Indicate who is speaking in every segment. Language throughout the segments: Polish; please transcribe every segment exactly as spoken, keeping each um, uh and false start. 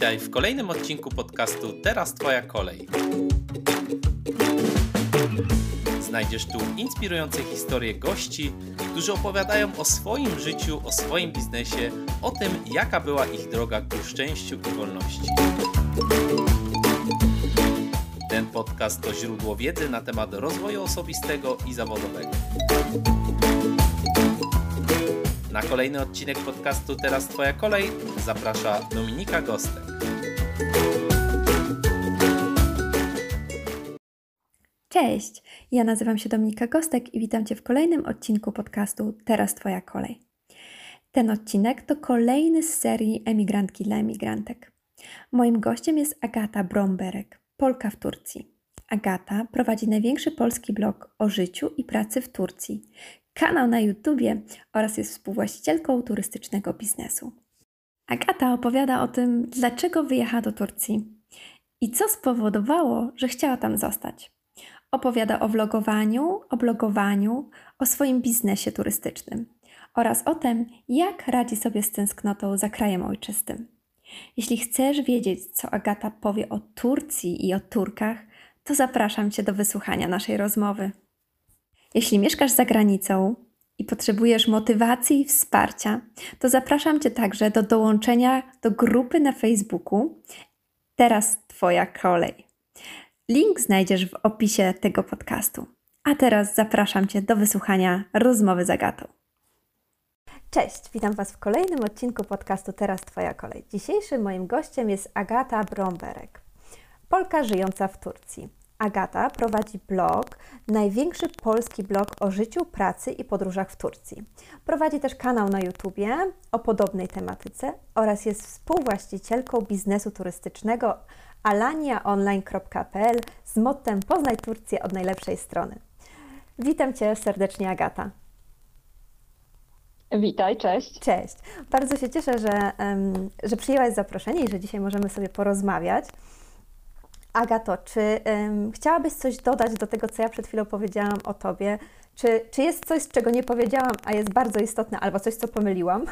Speaker 1: Witaj w kolejnym odcinku podcastu Teraz Twoja kolej. Znajdziesz tu inspirujące historie gości, którzy opowiadają o swoim życiu, o swoim biznesie, o tym, jaka była ich droga ku szczęściu i wolności. Ten podcast to źródło wiedzy na temat rozwoju osobistego i zawodowego. Na kolejny odcinek podcastu Teraz Twoja kolej zaprasza Dominika Gostek.
Speaker 2: Cześć, ja nazywam się Dominika Gostek i witam Cię w kolejnym odcinku podcastu Teraz Twoja kolej. Ten odcinek to kolejny z serii Emigrantki dla emigrantek. Moim gościem jest Agata Bromberek, Polka w Turcji. Agata prowadzi największy polski blog o życiu i pracy w Turcji, kanał na YouTubie oraz jest współwłaścicielką turystycznego biznesu. Agata opowiada o tym, dlaczego wyjechała do Turcji i co spowodowało, że chciała tam zostać. Opowiada o vlogowaniu, o blogowaniu, o swoim biznesie turystycznym oraz o tym, jak radzi sobie z tęsknotą za krajem ojczystym. Jeśli chcesz wiedzieć, co Agata powie o Turcji i o Turkach, to zapraszam Cię do wysłuchania naszej rozmowy. Jeśli mieszkasz za granicą i potrzebujesz motywacji i wsparcia, to zapraszam Cię także do dołączenia do grupy na Facebooku Teraz Twoja kolej. Link znajdziesz w opisie tego podcastu. A teraz zapraszam Cię do wysłuchania rozmowy z Agatą. Cześć, witam Was w kolejnym odcinku podcastu Teraz Twoja kolej. Dzisiejszym moim gościem jest Agata Bromberek, Polka żyjąca w Turcji. Agata prowadzi blog, największy polski blog o życiu, pracy i podróżach w Turcji. Prowadzi też kanał na YouTubie o podobnej tematyce oraz jest współwłaścicielką biznesu turystycznego alania online kropka p l z mottem Poznaj Turcję od najlepszej strony. Witam Cię serdecznie, Agata.
Speaker 3: Witaj, cześć.
Speaker 2: Cześć. Bardzo się cieszę, że, um, że przyjęłaś zaproszenie i że dzisiaj możemy sobie porozmawiać. Agato, czy um, chciałabyś coś dodać do tego, co ja przed chwilą powiedziałam o Tobie? Czy, czy jest coś, czego nie powiedziałam, a jest bardzo istotne, albo coś, co pomyliłam?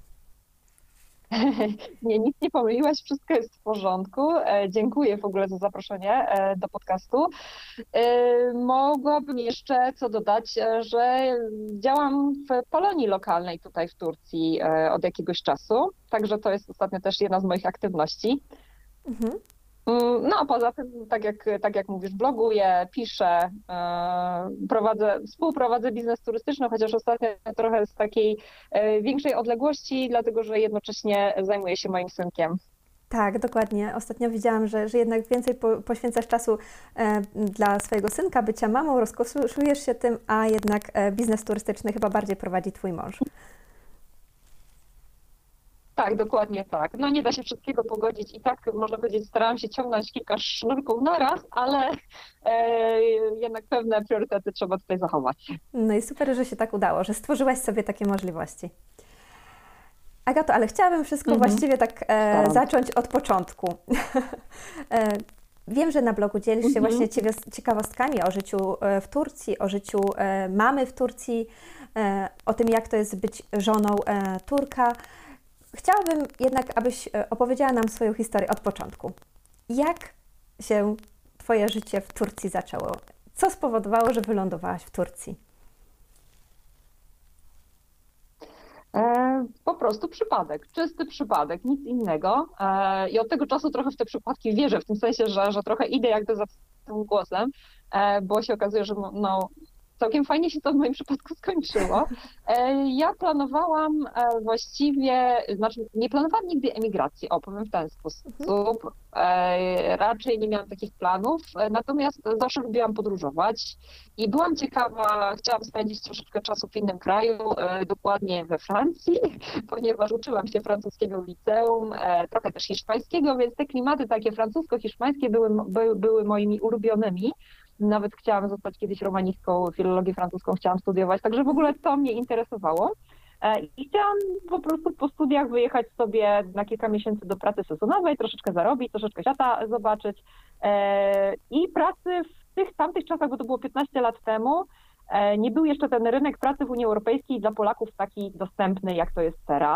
Speaker 3: Nie, nic nie pomyliłaś, wszystko jest w porządku. E, dziękuję w ogóle za zaproszenie e, do podcastu. E, mogłabym jeszcze co dodać, e, że działam w Polonii lokalnej tutaj w Turcji e, od jakiegoś czasu, także to jest ostatnio też jedna z moich aktywności. Mhm. No a poza tym, tak jak, tak jak mówisz, bloguję, piszę, yy, prowadzę, współprowadzę biznes turystyczny, chociaż ostatnio trochę z takiej yy, większej odległości, dlatego że jednocześnie zajmuję się moim synkiem.
Speaker 2: Tak, dokładnie. Ostatnio widziałam, że, że jednak więcej po, poświęcasz czasu e, dla swojego synka, bycia mamą, rozkoszujesz się tym, a jednak e, biznes turystyczny chyba bardziej prowadzi Twój mąż.
Speaker 3: Tak, dokładnie tak. No nie da się wszystkiego pogodzić i tak, można powiedzieć, starałam się ciągnąć kilka sznurków na raz, ale e, jednak pewne priorytety trzeba tutaj zachować.
Speaker 2: No i super, że się tak udało, że stworzyłaś sobie takie możliwości. Agato, ale chciałabym wszystko mhm. właściwie tak e, zacząć od początku. e, wiem, że na blogu dzielisz się mhm. właśnie ciekawostkami o życiu w Turcji, o życiu e, mamy w Turcji, e, o tym, jak to jest być żoną e, Turka. Chciałabym jednak, abyś opowiedziała nam swoją historię od początku. Jak się Twoje życie w Turcji zaczęło? Co spowodowało, że wylądowałaś w Turcji?
Speaker 3: E, po prostu przypadek, czysty przypadek, nic innego. E, I od tego czasu trochę w te przypadki wierzę, w tym sensie, że, że trochę idę jakby za tym głosem, e, bo się okazuje, że no, całkiem fajnie się to w moim przypadku skończyło. Ja planowałam właściwie, znaczy nie planowałam nigdy emigracji, o powiem w ten sposób. Raczej nie miałam takich planów, natomiast zawsze lubiłam podróżować i byłam ciekawa, chciałam spędzić troszeczkę czasu w innym kraju, dokładnie we Francji, ponieważ uczyłam się francuskiego w liceum, trochę też hiszpańskiego, więc te klimaty takie francusko-hiszpańskie były, były, były moimi ulubionymi. Nawet chciałam zostać kiedyś romanistką, filologię francuską chciałam studiować, także w ogóle to mnie interesowało. I chciałam po prostu po studiach wyjechać sobie na kilka miesięcy do pracy sezonowej, troszeczkę zarobić, troszeczkę świata zobaczyć. I pracy w tych tamtych czasach, bo to było piętnaście lat temu, nie był jeszcze ten rynek pracy w Unii Europejskiej dla Polaków taki dostępny, jak to jest teraz.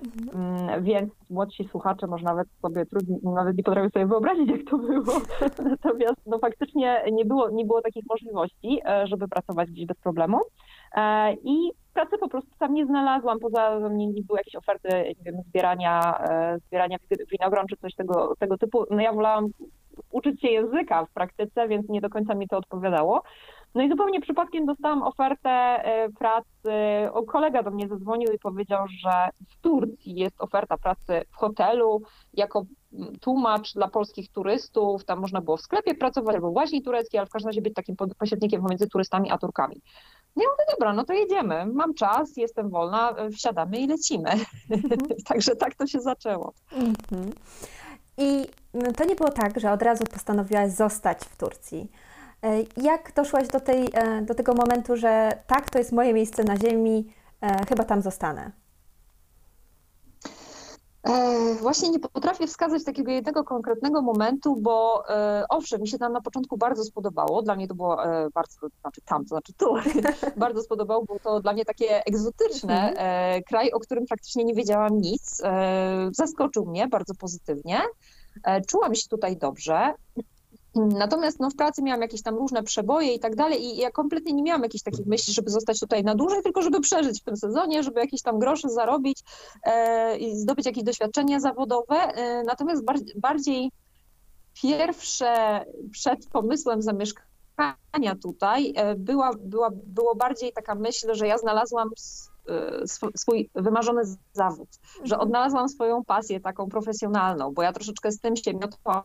Speaker 3: Mhm. Więc młodsi słuchacze może nawet sobie trudno, nawet nie potrafią sobie wyobrazić, jak to było. Natomiast no, faktycznie nie było, nie było takich możliwości, żeby pracować gdzieś bez problemu. I pracy po prostu tam nie znalazłam, poza mnie nie były jakieś oferty, nie wiem, zbierania, zbierania winogron czy coś tego, tego typu. No ja wolałam uczyć się języka w praktyce, więc nie do końca mi to odpowiadało. No i zupełnie przypadkiem dostałam ofertę pracy, o, kolega do mnie zadzwonił i powiedział, że w Turcji jest oferta pracy w hotelu jako tłumacz dla polskich turystów, tam można było w sklepie pracować albo w łaźni tureckiej, ale w każdym razie być takim pośrednikiem pomiędzy turystami a Turkami. No ja mówię, dobra, no to jedziemy, mam czas, jestem wolna, wsiadamy i lecimy. Mhm. Także tak to się zaczęło.
Speaker 2: Mhm. I to nie było tak, że od razu postanowiłaś zostać w Turcji. Jak doszłaś do, tej, do tego momentu, że tak, to jest moje miejsce na ziemi, chyba tam zostanę?
Speaker 3: E, właśnie nie potrafię wskazać takiego jednego konkretnego momentu, bo e, owszem, mi się tam na początku bardzo spodobało. Dla mnie to było e, bardzo, znaczy tam, to znaczy tu, bardzo spodobało, było to dla mnie takie egzotyczne. E, kraj, o którym praktycznie nie wiedziałam nic. E, zaskoczył mnie bardzo pozytywnie. E, czułam się tutaj dobrze. Natomiast no, w pracy miałam jakieś tam różne przeboje i tak dalej i ja kompletnie nie miałam jakichś takich myśli, żeby zostać tutaj na dłużej, tylko żeby przeżyć w tym sezonie, żeby jakieś tam grosze zarobić e, i zdobyć jakieś doświadczenia zawodowe. E, natomiast bar bardziej pierwsze przed pomysłem zamieszkania tutaj e, była, była, było bardziej taka myśl, że ja znalazłam sw swój wymarzony zawód, że odnalazłam swoją pasję taką profesjonalną, bo ja troszeczkę z tym się miotłam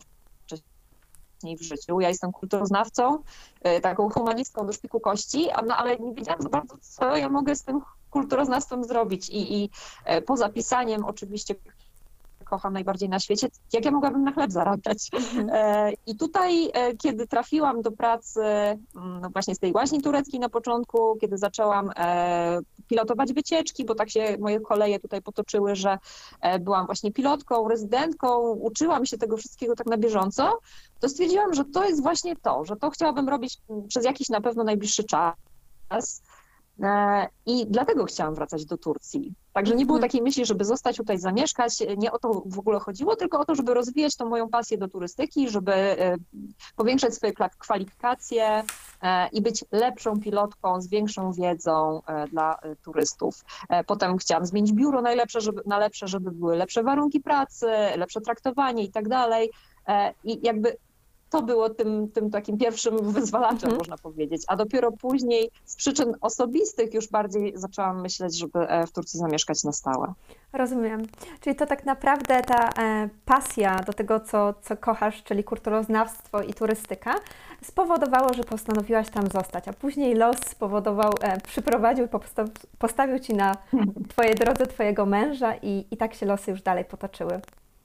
Speaker 3: w życiu. Ja jestem kulturoznawcą, taką humanistką do szpiku kości, no, ale nie wiedziałam za bardzo, co ja mogę z tym kulturoznawstwem zrobić. I, i poza pisaniem oczywiście kocham najbardziej na świecie, jak ja mogłabym na chleb zarabiać. Mhm. I tutaj, kiedy trafiłam do pracy no właśnie z tej łaźni tureckiej na początku, kiedy zaczęłam pilotować wycieczki, bo tak się moje koleje tutaj potoczyły, że byłam właśnie pilotką, rezydentką, uczyłam się tego wszystkiego tak na bieżąco, to stwierdziłam, że to jest właśnie to, że to chciałabym robić przez jakiś na pewno najbliższy czas. I dlatego chciałam wracać do Turcji. Także nie było takiej myśli, żeby zostać tutaj, zamieszkać. Nie o to w ogóle chodziło, tylko o to, żeby rozwijać tą moją pasję do turystyki, żeby powiększać swoje kwalifikacje i być lepszą pilotką z większą wiedzą dla turystów. Potem chciałam zmienić biuro najlepsze, żeby, na lepsze, żeby były lepsze warunki pracy, lepsze traktowanie i tak dalej. I jakby to było tym, tym takim pierwszym wyzwalaczem, mhm. można powiedzieć, a dopiero później z przyczyn osobistych już bardziej zaczęłam myśleć, żeby w Turcji zamieszkać na stałe.
Speaker 2: Rozumiem. Czyli to tak naprawdę ta e, pasja do tego, co, co kochasz, czyli kulturoznawstwo i turystyka, spowodowało, że postanowiłaś tam zostać, a później los spowodował, e, przyprowadził i postaw, postawił Ci na Twojej drodze Twojego męża i, i tak się losy już dalej potoczyły.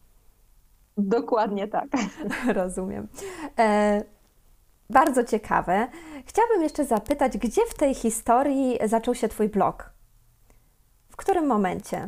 Speaker 3: Dokładnie tak.
Speaker 2: Rozumiem. E, bardzo ciekawe. Chciałabym jeszcze zapytać, gdzie w tej historii zaczął się Twój blog? W którym momencie?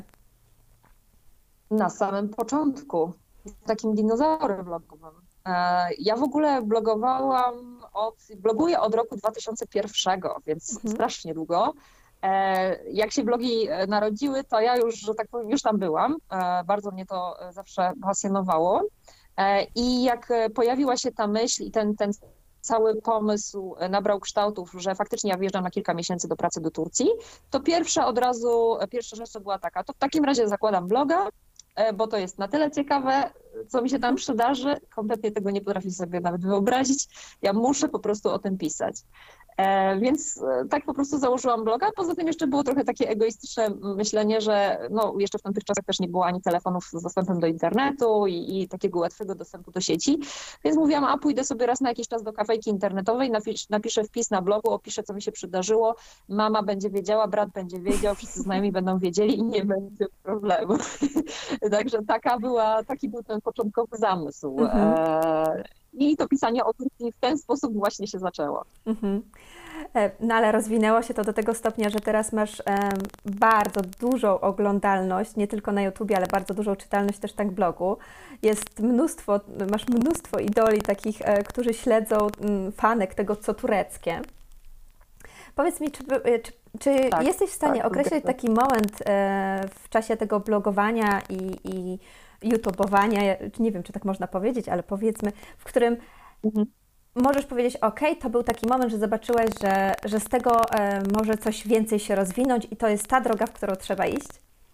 Speaker 3: Na samym początku. Takim dinozaurem blogowym. E, ja w ogóle blogowałam, od, bloguję od roku dwa tysiące pierwszego, więc mhm. strasznie długo. Jak się blogi narodziły, to ja już, że tak powiem, już tam byłam. Bardzo mnie to zawsze pasjonowało. I jak pojawiła się ta myśl i ten, ten cały pomysł nabrał kształtów, że faktycznie ja wyjeżdżam na kilka miesięcy do pracy do Turcji, to pierwsza od razu, pierwsza rzecz to była taka, to w takim razie zakładam bloga, bo to jest na tyle ciekawe, co mi się tam przydarzy. Kompletnie tego nie potrafię sobie nawet wyobrazić. Ja muszę po prostu o tym pisać. E, więc tak po prostu założyłam bloga. Poza tym jeszcze było trochę takie egoistyczne myślenie, że no, jeszcze w tamtych czasach też nie było ani telefonów z dostępem do internetu i, i takiego łatwego dostępu do sieci. Więc mówiłam, a pójdę sobie raz na jakiś czas do kafejki internetowej, napisz, napiszę wpis na blogu, opiszę, co mi się przydarzyło. Mama będzie wiedziała, brat będzie wiedział, wszyscy znajomi będą wiedzieli i nie będzie problemu. Także taka była, taki był ten początkowy zamysł. Mhm. E, I to pisanie o Turcji w ten sposób właśnie się zaczęło.
Speaker 2: Mhm. No ale rozwinęło się to do tego stopnia, że teraz masz um, bardzo dużą oglądalność, nie tylko na YouTubie, ale bardzo dużą czytalność też tak blogu. Jest mnóstwo, masz mnóstwo idoli takich, e, którzy śledzą m, fanek tego, co tureckie. Powiedz mi, czy, czy Czy
Speaker 3: Tak,
Speaker 2: jesteś w stanie
Speaker 3: tak,
Speaker 2: określić
Speaker 3: zgadzam.
Speaker 2: taki moment e, w czasie tego blogowania i, i YouTubeowania, ja- nie wiem, czy tak można powiedzieć, ale powiedzmy, w którym
Speaker 3: Mhm.
Speaker 2: możesz powiedzieć, ok, to był taki moment, że zobaczyłeś, że, że z tego e, może coś więcej się rozwinąć i to jest ta droga, w którą trzeba iść?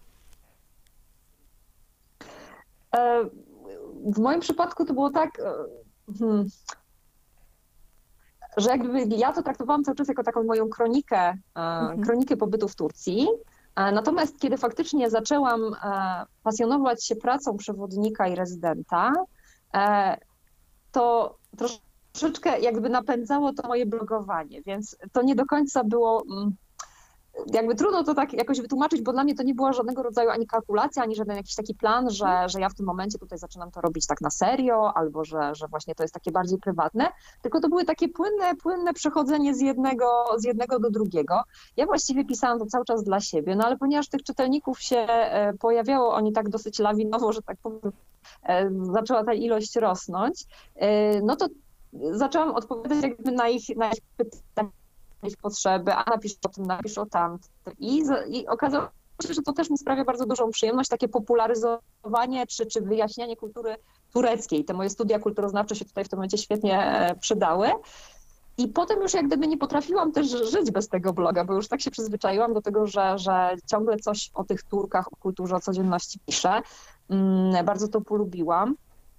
Speaker 3: E, W moim przypadku to było tak, e, hmm, że jakby ja to traktowałam cały czas jako taką moją kronikę, e,
Speaker 2: Mhm.
Speaker 3: kronikę pobytu w Turcji. E, Natomiast kiedy faktycznie zaczęłam e, pasjonować się pracą przewodnika i rezydenta, e, to troszeczkę jakby napędzało to moje blogowanie, więc to nie do końca było, mm, jakby trudno to tak jakoś wytłumaczyć, bo dla mnie to nie była żadnego rodzaju ani kalkulacja, ani żaden jakiś taki plan, że, że ja w tym momencie tutaj zaczynam to robić tak na serio, albo że, że właśnie to jest takie bardziej prywatne, tylko to były takie płynne, płynne przechodzenie z jednego, z jednego do drugiego. Ja właściwie pisałam to cały czas dla siebie, no ale ponieważ tych czytelników się e, pojawiało, oni tak dosyć lawinowo, że tak powiem, e, zaczęła ta ilość rosnąć, e, no to zaczęłam odpowiadać jakby na ich, na ich pytania, ich potrzeby, a napisz o tym, napisz o tamtym. I, z- i okazało się, że to też mi sprawia bardzo dużą przyjemność, takie popularyzowanie czy, czy wyjaśnianie kultury tureckiej. Te moje studia kulturoznawcze się tutaj w tym momencie świetnie e, przydały. I potem już jak gdyby nie potrafiłam też żyć bez tego bloga, bo już tak się przyzwyczaiłam do tego, że, że ciągle coś o tych Turkach, o kulturze, o codzienności piszę. Mm, Bardzo to polubiłam.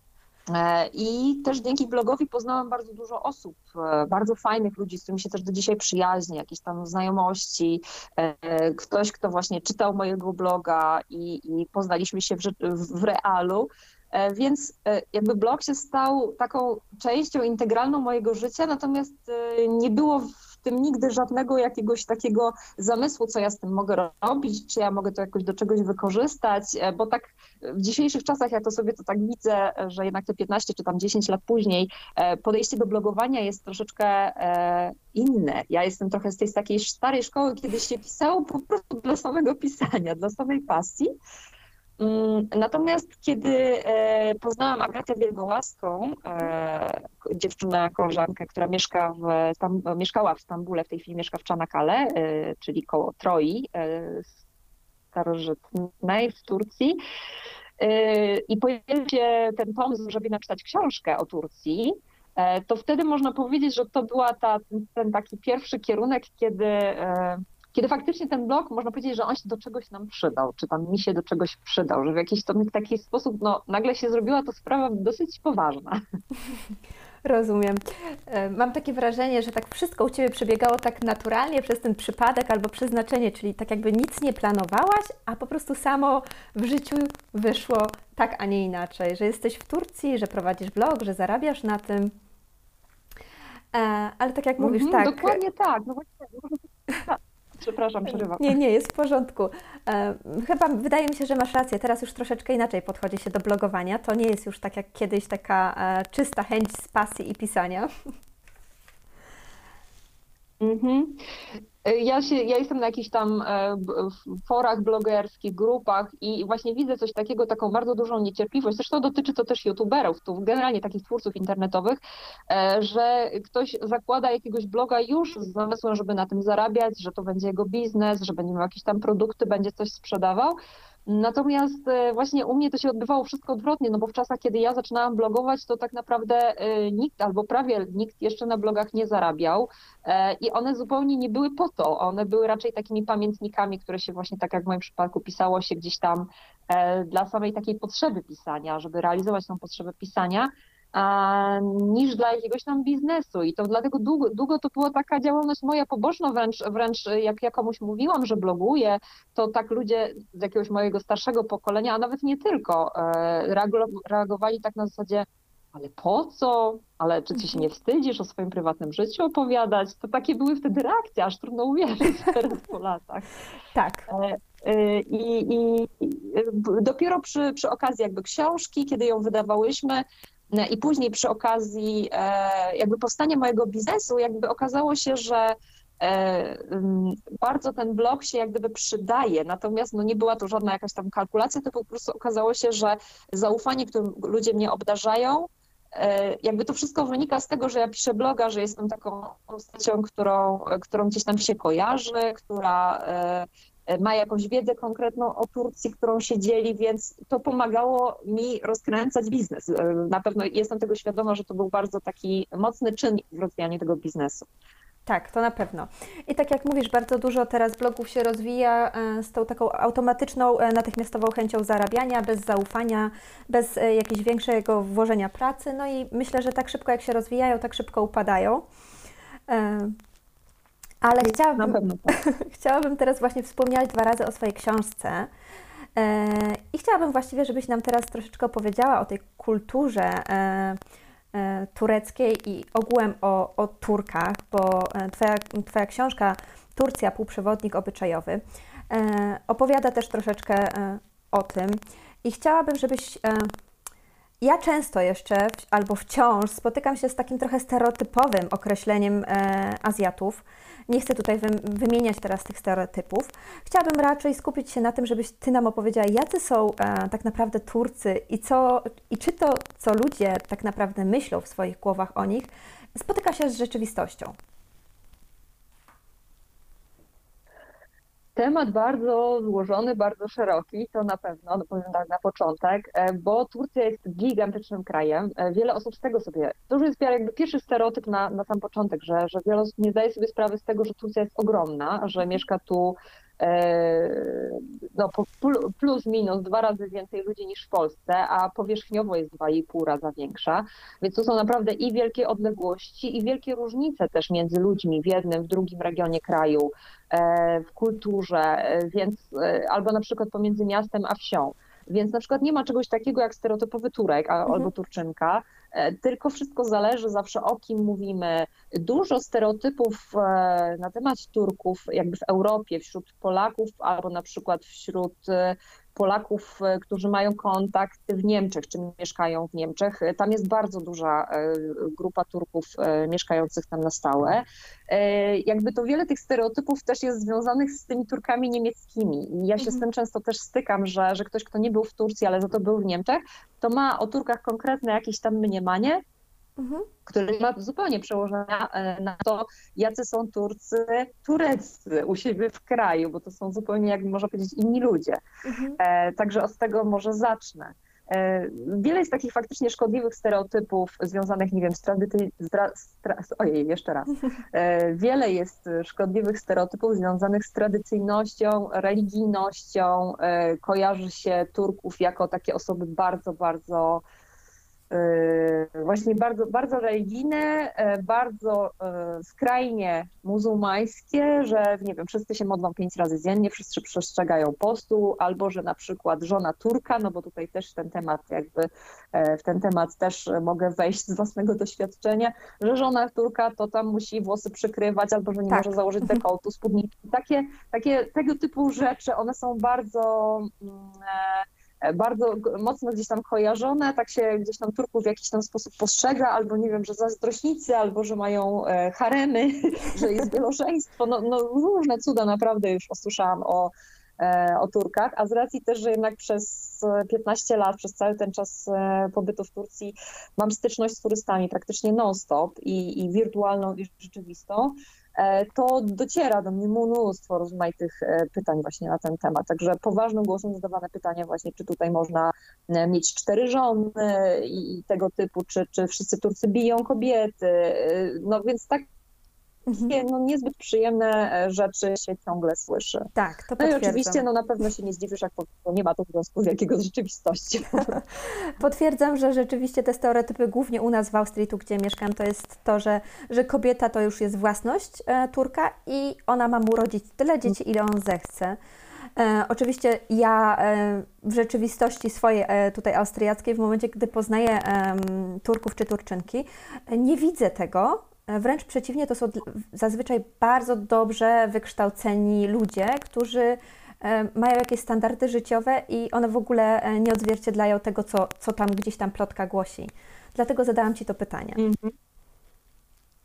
Speaker 3: E, I też dzięki blogowi poznałam bardzo dużo osób, e, bardzo fajnych ludzi, z którymi się też do dzisiaj przyjaźnię, jakieś tam znajomości, e, ktoś, kto właśnie czytał mojego bloga i, i poznaliśmy się w, ży- w realu. E, Więc e, jakby blog się stał taką częścią integralną mojego życia, natomiast e, nie było w tym nigdy żadnego jakiegoś takiego zamysłu, co ja z tym mogę robić, czy ja mogę to jakoś do czegoś wykorzystać, e, bo tak w dzisiejszych czasach ja to sobie to tak widzę, że jednak te piętnaście czy tam dziesięć lat później e, podejście do blogowania jest troszeczkę e, inne. Ja jestem trochę z tej z takiej starej szkoły, kiedy się pisało po prostu dla samego pisania, dla samej pasji. Mm, Natomiast kiedy e, poznałam Agatę Wielgołaską, e, dziewczynę, koleżankę, która mieszka w, tam, mieszkała w Stambule, w tej chwili mieszka w Czanakkale, e, czyli koło Troi, e, starożytnej w Turcji. E, I pojawił się ten pomysł, żeby napisać książkę o Turcji, e, to wtedy można powiedzieć, że to była ta, ten taki pierwszy kierunek, kiedy e, kiedy faktycznie ten blog, można powiedzieć, że on się do czegoś nam przydał, czy tam mi się do czegoś przydał, że w jakiś tam taki sposób, no nagle się zrobiła to sprawa dosyć poważna.
Speaker 2: Rozumiem. E, Mam takie wrażenie, że tak wszystko u Ciebie przebiegało tak naturalnie przez ten przypadek albo przeznaczenie, czyli tak jakby nic nie planowałaś, a po prostu samo w życiu wyszło tak, a nie inaczej, że jesteś w Turcji, że prowadzisz blog, że zarabiasz na tym. E, Ale tak jak mówisz,
Speaker 3: Mhm,
Speaker 2: tak.
Speaker 3: dokładnie tak. No właśnie, może... tak. Przepraszam, przerywam.
Speaker 2: Nie, nie, jest w porządku. E, Chyba wydaje mi się, że masz rację. Teraz już troszeczkę inaczej podchodzi się do blogowania. To nie jest już tak jak kiedyś taka e, czysta chęć z pasji i pisania.
Speaker 3: Mhm. Ja, się, ja jestem na jakichś tam e, b- w forach blogerskich, grupach i właśnie widzę coś takiego, taką bardzo dużą niecierpliwość. Zresztą dotyczy to też youtuberów, tu generalnie takich twórców internetowych, e, że ktoś zakłada jakiegoś bloga już z zamysłem, żeby na tym zarabiać, że to będzie jego biznes, że będzie miał jakieś tam produkty, będzie coś sprzedawał. Natomiast e, właśnie u mnie to się odbywało wszystko odwrotnie, no bo w czasach, kiedy ja zaczynałam blogować, to tak naprawdę e, nikt albo prawie nikt jeszcze na blogach nie zarabiał e, i one zupełnie nie były po to. One były raczej takimi pamiętnikami, które się właśnie tak jak w moim przypadku pisało się gdzieś tam e, dla samej takiej potrzeby pisania, żeby realizować tą potrzebę pisania, a, niż dla jakiegoś tam biznesu. I to dlatego długo, długo to była taka działalność moja poboczna, wręcz, wręcz jak ja komuś mówiłam, że bloguję, to tak ludzie z jakiegoś mojego starszego pokolenia, a nawet nie tylko, e, reago- reagowali tak na zasadzie, ale po co? Ale czy ci się nie wstydzisz o swoim prywatnym życiu opowiadać? To takie były wtedy reakcje, aż trudno uwierzyć teraz po latach.
Speaker 2: Tak.
Speaker 3: E, e, I, i, i b- dopiero przy, przy okazji jakby książki, kiedy ją wydawałyśmy, e, i później przy okazji e, jakby powstania mojego biznesu, jakby okazało się, że e, m, bardzo ten blog się jak gdyby przydaje, natomiast no nie była to żadna jakaś tam kalkulacja, to po prostu okazało się, że zaufanie, którym ludzie mnie obdarzają, jakby to wszystko wynika z tego, że ja piszę bloga, że jestem taką postacią, którą, którą gdzieś tam się kojarzy, która ma jakąś wiedzę konkretną o Turcji, którą się dzieli, więc to pomagało mi rozkręcać biznes. Na pewno jestem tego świadoma, że to był bardzo taki mocny czynnik w rozwijaniu tego biznesu.
Speaker 2: Tak, to na pewno. I tak jak mówisz, bardzo dużo teraz blogów się rozwija z tą taką automatyczną, natychmiastową chęcią zarabiania, bez zaufania, bez jakiegoś większego włożenia pracy. No i myślę, że tak szybko jak się rozwijają, tak szybko upadają. Ale chciałabym,
Speaker 3: na pewno tak.
Speaker 2: chciałabym teraz właśnie wspomnieć dwa razy o swojej książce. I chciałabym właściwie, żebyś nam teraz troszeczkę opowiedziała o tej kulturze tureckiej i ogółem o, o Turkach, bo twoja, twoja książka Turcja, półprzewodnik obyczajowy opowiada też troszeczkę o tym i chciałabym, żebyś... Ja często jeszcze, albo wciąż spotykam się z takim trochę stereotypowym określeniem Azjatów. Nie chcę tutaj wymieniać teraz tych stereotypów. Chciałabym raczej skupić się na tym, żebyś Ty nam opowiedziała, jacy są e, tak naprawdę Turcy i, co, i czy to, co ludzie tak naprawdę myślą w swoich głowach o nich, spotyka się z rzeczywistością.
Speaker 3: Temat bardzo złożony, bardzo szeroki, to na pewno, no powiem tak na początek, bo Turcja jest gigantycznym krajem. Wiele osób z tego sobie, to już jest jakby pierwszy stereotyp na, na sam początek, że, że wiele osób nie zdaje sobie sprawy z tego, że Turcja jest ogromna, że mieszka tu no, plus minus dwa razy więcej ludzi niż w Polsce, a powierzchniowo jest dwa i pół raza większa, więc to są naprawdę i wielkie odległości, i wielkie różnice też między ludźmi w jednym, w drugim regionie kraju, w kulturze, więc albo na przykład pomiędzy miastem a wsią. Więc na przykład nie ma czegoś takiego jak stereotypowy Turek mhm. albo Turczynka, tylko wszystko zależy zawsze o kim mówimy. Dużo stereotypów na temat Turków jakby w Europie, wśród Polaków albo na przykład wśród Polaków, którzy mają kontakt w Niemczech, czy mieszkają w Niemczech. Tam jest bardzo duża grupa Turków mieszkających tam na stałe. Jakby to wiele tych stereotypów też jest związanych z tymi Turkami niemieckimi. I ja się mhm. z tym często też stykam, że, że ktoś, kto nie był w Turcji, ale za to był w Niemczech, to ma o Turkach konkretne jakieś tam mniemanie, mhm. które ma zupełnie przełożenia na to, jacy są Turcy tureccy u siebie w kraju, bo to są zupełnie, jak można powiedzieć, inni ludzie. Mhm. E, także od tego może zacznę. E, wiele jest takich faktycznie szkodliwych stereotypów związanych, nie wiem, z tradycyjnością, ojej, jeszcze raz. E, wiele jest szkodliwych stereotypów związanych z tradycyjnością, religijnością. E, kojarzy się Turków jako takie osoby bardzo, bardzo właśnie bardzo, bardzo religijne, bardzo skrajnie muzułmańskie, że nie wiem, wszyscy się modlą pięć razy dziennie, wszyscy przestrzegają postu, albo że na przykład żona Turka, no bo tutaj też ten temat jakby, w ten temat też mogę wejść z własnego doświadczenia, że żona Turka to tam musi włosy przykrywać, albo że nie tak. może założyć dekoltu, spódniczki. Takie, takie, tego typu rzeczy, one są bardzo... bardzo mocno gdzieś tam kojarzone, tak się gdzieś tam Turków w jakiś tam sposób postrzega, albo nie wiem, że zazdrośnicy, albo że mają haremy, że jest wielożeństwo, no, no różne cuda naprawdę już usłyszałam o, o Turkach, a z racji też, że jednak przez piętnaście lat, przez cały ten czas pobytu w Turcji mam styczność z turystami praktycznie non-stop i, i wirtualną, i rzeczywistą, to dociera do mnie mnóstwo rozmaitych pytań właśnie na ten temat. Także poważnym głosem zadawane pytanie właśnie, czy tutaj można mieć cztery żony i tego typu, czy, czy wszyscy Turcy biją kobiety. No więc tak takie no, niezbyt przyjemne rzeczy się ciągle słyszy.
Speaker 2: Tak, to
Speaker 3: No
Speaker 2: potwierdzam.
Speaker 3: i oczywiście no, na pewno się nie zdziwisz, jak powiem, bo nie ma to związku z jakiego z rzeczywistością.
Speaker 2: Potwierdzam, że rzeczywiście te stereotypy, głównie u nas w Austrii, tu gdzie mieszkam, to jest to, że, że kobieta to już jest własność e, Turka i ona ma mu rodzić tyle dzieci, ile on zechce. E, oczywiście ja e, w rzeczywistości swojej e, tutaj austriackiej, w momencie, gdy poznaję e, Turków czy Turczynki, e, nie widzę tego. Wręcz przeciwnie, to są zazwyczaj bardzo dobrze wykształceni ludzie, którzy mają jakieś standardy życiowe i one w ogóle nie odzwierciedlają tego, co, co tam gdzieś tam plotka głosi. Dlatego zadałam Ci to pytanie. Mm-hmm.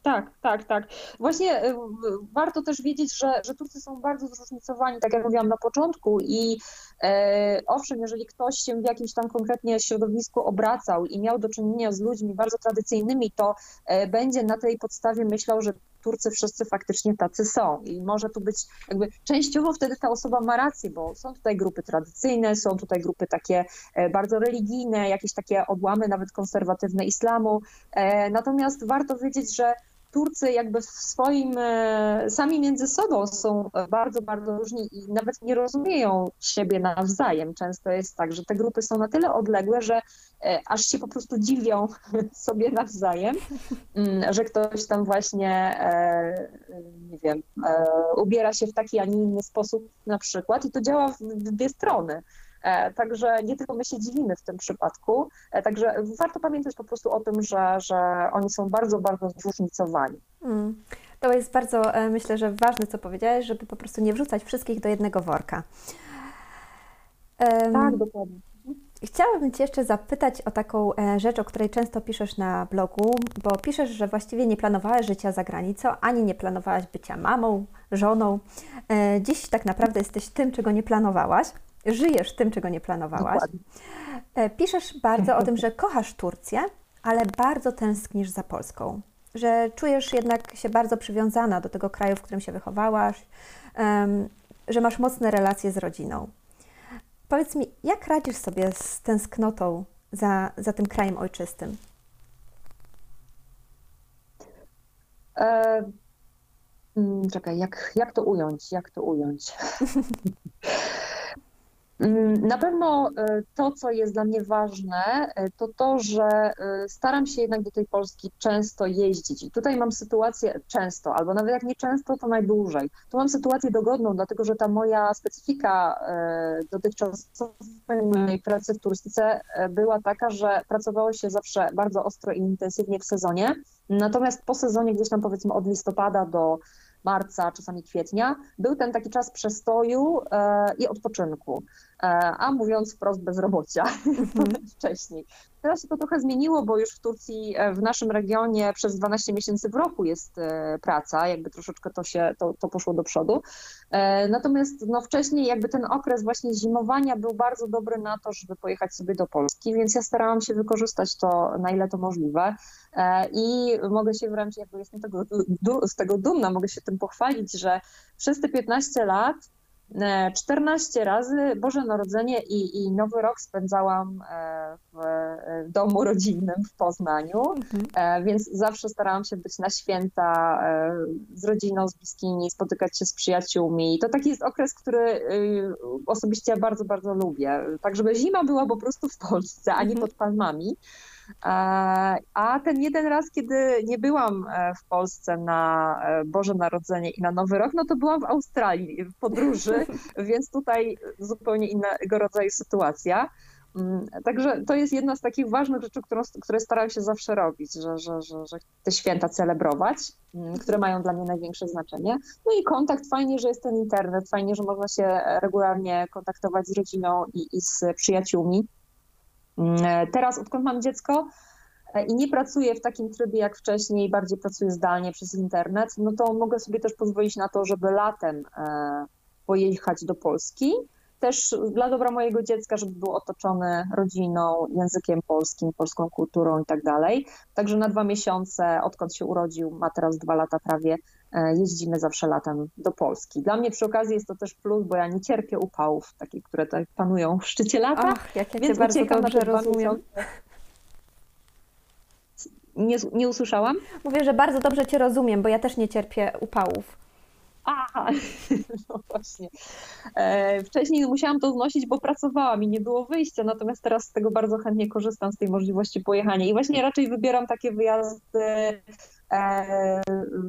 Speaker 3: Tak, tak, tak. Właśnie y, warto też wiedzieć, że, że Turcy są bardzo zróżnicowani, tak jak mówiłam na początku i e, owszem, jeżeli ktoś się w jakimś tam konkretnie środowisku obracał i miał do czynienia z ludźmi bardzo tradycyjnymi, to e, będzie na tej podstawie myślał, że Turcy wszyscy faktycznie tacy są i może tu być jakby częściowo wtedy ta osoba ma rację, bo są tutaj grupy tradycyjne, są tutaj grupy takie e, bardzo religijne, jakieś takie odłamy nawet konserwatywne islamu, e, natomiast warto wiedzieć, że Turcy jakby w swoim, sami między sobą są bardzo, bardzo różni i nawet nie rozumieją siebie nawzajem. Często jest tak, że te grupy są na tyle odległe, że aż się po prostu dziwią sobie nawzajem, że ktoś tam właśnie, nie wiem, ubiera się w taki, a nie inny sposób na przykład i to działa w dwie strony. Także nie tylko my się dziwimy w tym przypadku, także warto pamiętać po prostu o tym, że, że oni są bardzo, bardzo zróżnicowani.
Speaker 2: Mm. To jest bardzo, myślę, że ważne, co powiedziałeś, żeby po prostu nie wrzucać wszystkich do jednego worka. Um,
Speaker 3: tak, dokładnie.
Speaker 2: Chciałabym Cię jeszcze zapytać o taką rzecz, o której często piszesz na blogu, bo piszesz, że właściwie nie planowałaś życia za granicą, ani nie planowałaś bycia mamą, żoną. Dziś tak naprawdę jesteś tym, czego nie planowałaś. Żyjesz tym, czego nie planowałaś.
Speaker 3: Dokładnie.
Speaker 2: Piszesz bardzo o tym, że kochasz Turcję, ale bardzo tęsknisz za Polską. Że czujesz jednak się bardzo przywiązana do tego kraju, w którym się wychowałaś, um, że masz mocne relacje z rodziną. Powiedz mi, jak radzisz sobie z tęsknotą za, za tym krajem ojczystym?
Speaker 3: E, czekaj, jak, jak to ująć? Jak to ująć? Na pewno to, co jest dla mnie ważne, to to, że staram się jednak do tej Polski często jeździć. I tutaj mam sytuację często, albo nawet jak nie często, to najdłużej. Tu mam sytuację dogodną, dlatego że ta moja specyfika dotychczasowej mojej pracy w turystyce była taka, że pracowało się zawsze bardzo ostro i intensywnie w sezonie. Natomiast po sezonie, gdzieś tam powiedzmy od listopada do marca, czasami kwietnia, był ten taki czas przestoju e, i odpoczynku, e, a mówiąc wprost bezrobocia mm-hmm. wcześniej. Teraz się to trochę zmieniło, bo już w Turcji, w naszym regionie przez dwanaście miesięcy w roku jest e, praca, jakby troszeczkę to się, to, to poszło do przodu. E, natomiast no, wcześniej jakby ten okres właśnie zimowania był bardzo dobry na to, żeby pojechać sobie do Polski, więc ja starałam się wykorzystać to, na ile to możliwe. I mogę się wręcz, jakby jestem tego, z tego dumna, mogę się tym pochwalić, że przez te piętnaście lat czternaście razy Boże Narodzenie i, i Nowy Rok spędzałam w, w domu rodzinnym w Poznaniu, mhm. więc zawsze starałam się być na święta z rodziną, z bliskimi, spotykać się z przyjaciółmi. I to taki jest okres, który osobiście ja bardzo, bardzo lubię. Tak, żeby zima była po prostu w Polsce, a nie pod palmami. A ten jeden raz, kiedy nie byłam w Polsce na Boże Narodzenie i na Nowy Rok, no to byłam w Australii w podróży, więc tutaj zupełnie innego rodzaju sytuacja. Także to jest jedna z takich ważnych rzeczy, którą, które staram się zawsze robić, że, że, że, że te święta celebrować, które mają dla mnie największe znaczenie. No i kontakt, fajnie, że jest ten internet, fajnie, że można się regularnie kontaktować z rodziną i, i z przyjaciółmi. Teraz, odkąd mam dziecko i nie pracuję w takim trybie jak wcześniej, bardziej pracuję zdalnie przez internet, no to mogę sobie też pozwolić na to, żeby latem pojechać do Polski. Też dla dobra mojego dziecka, żeby był otoczony rodziną, językiem polskim, polską kulturą i tak dalej. Także na dwa miesiące, odkąd się urodził, ma teraz dwa lata prawie, jeździmy zawsze latem do Polski. Dla mnie przy okazji jest to też plus, bo ja nie cierpię upałów, takich, które tutaj panują w szczycie lata.
Speaker 2: Ach, jak ja cię bardzo dobrze rozumiem.
Speaker 3: Nie, nie usłyszałam?
Speaker 2: Mówię, że bardzo dobrze Cię rozumiem, bo ja też nie cierpię upałów.
Speaker 3: Aha, no właśnie. E, wcześniej musiałam to znosić, bo pracowałam i nie było wyjścia, natomiast teraz z tego bardzo chętnie korzystam, z tej możliwości pojechania. I właśnie raczej wybieram takie wyjazdy, e,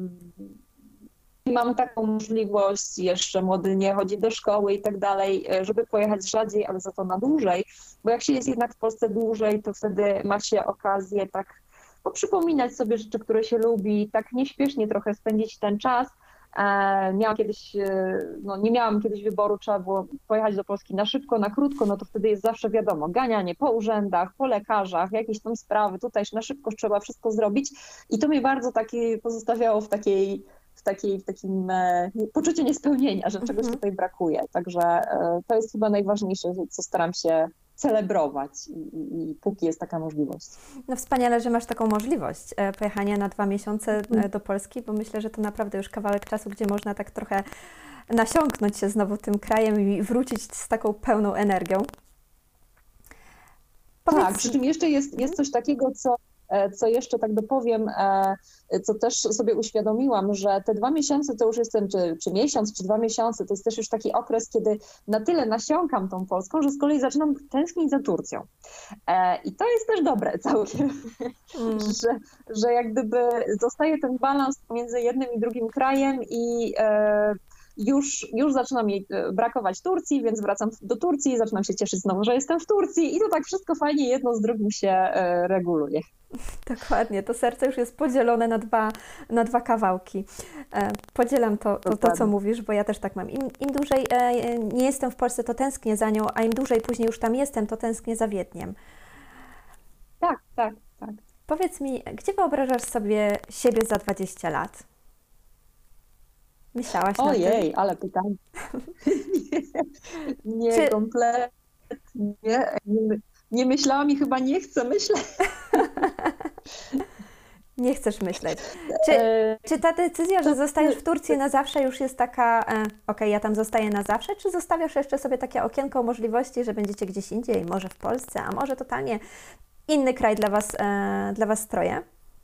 Speaker 3: mam taką możliwość, jeszcze młody nie chodzi do szkoły i tak dalej, żeby pojechać rzadziej, ale za to na dłużej, bo jak się jest jednak w Polsce dłużej, to wtedy ma się okazję tak poprzypominać sobie rzeczy, które się lubi, tak nieśpiesznie trochę spędzić ten czas. Miałam kiedyś, no nie miałam kiedyś wyboru, trzeba było pojechać do Polski na szybko, na krótko, no to wtedy jest zawsze wiadomo, ganianie po urzędach, po lekarzach, jakieś tam sprawy, tutaj na szybko trzeba wszystko zrobić i to mnie bardzo taki pozostawiało w takiej, w takiej, w takim e, poczuciu niespełnienia, że czegoś tutaj brakuje, także e, to jest chyba najważniejsze, co staram się celebrować i, i, i póki jest taka możliwość.
Speaker 2: No wspaniale, że masz taką możliwość e, pojechania na dwa miesiące e, do Polski, bo myślę, że to naprawdę już kawałek czasu, gdzie można tak trochę nasiąknąć się znowu tym krajem i wrócić z taką pełną energią.
Speaker 3: Powiedz...
Speaker 2: Powiedz...
Speaker 3: Tak, przy czym jeszcze jest, jest coś takiego, co co jeszcze tak dopowiem, co też sobie uświadomiłam, że te dwa miesiące to już jestem, czy, czy miesiąc, czy dwa miesiące, to jest też już taki okres, kiedy na tyle nasiąkam tą Polską, że z kolei zaczynam tęsknić za Turcją. I to jest też dobre całkiem, mm. że, że jak gdyby zostaje ten balans między jednym i drugim krajem i Już, już zaczyna mi brakować Turcji, więc wracam do Turcji, zaczynam się cieszyć znowu, że jestem w Turcji i to tak wszystko fajnie jedno z drugim się reguluje.
Speaker 2: Dokładnie, to serce już jest podzielone na dwa, na dwa kawałki. Podzielam to, to, to, co mówisz, bo ja też tak mam. Im, im dłużej nie jestem w Polsce, to tęsknię za nią, a im dłużej później już tam jestem, to tęsknię za Wiedniem.
Speaker 3: Tak, tak, tak.
Speaker 2: Powiedz mi, gdzie wyobrażasz sobie siebie za dwadzieścia lat? Myślałaś na
Speaker 3: Ojej,
Speaker 2: tym?
Speaker 3: ale pytanie. nie, nie
Speaker 2: Czy...
Speaker 3: kompletnie. Nie, nie myślałam i chyba nie chcę myśleć.
Speaker 2: Nie chcesz myśleć. Czy, czy ta decyzja, że zostajesz w Turcji na zawsze już jest taka, e, okej, okay, ja tam zostaję na zawsze, czy zostawiasz jeszcze sobie takie okienko możliwości, że będziecie gdzieś indziej, może w Polsce, a może totalnie inny kraj dla was, e, dla was stroje?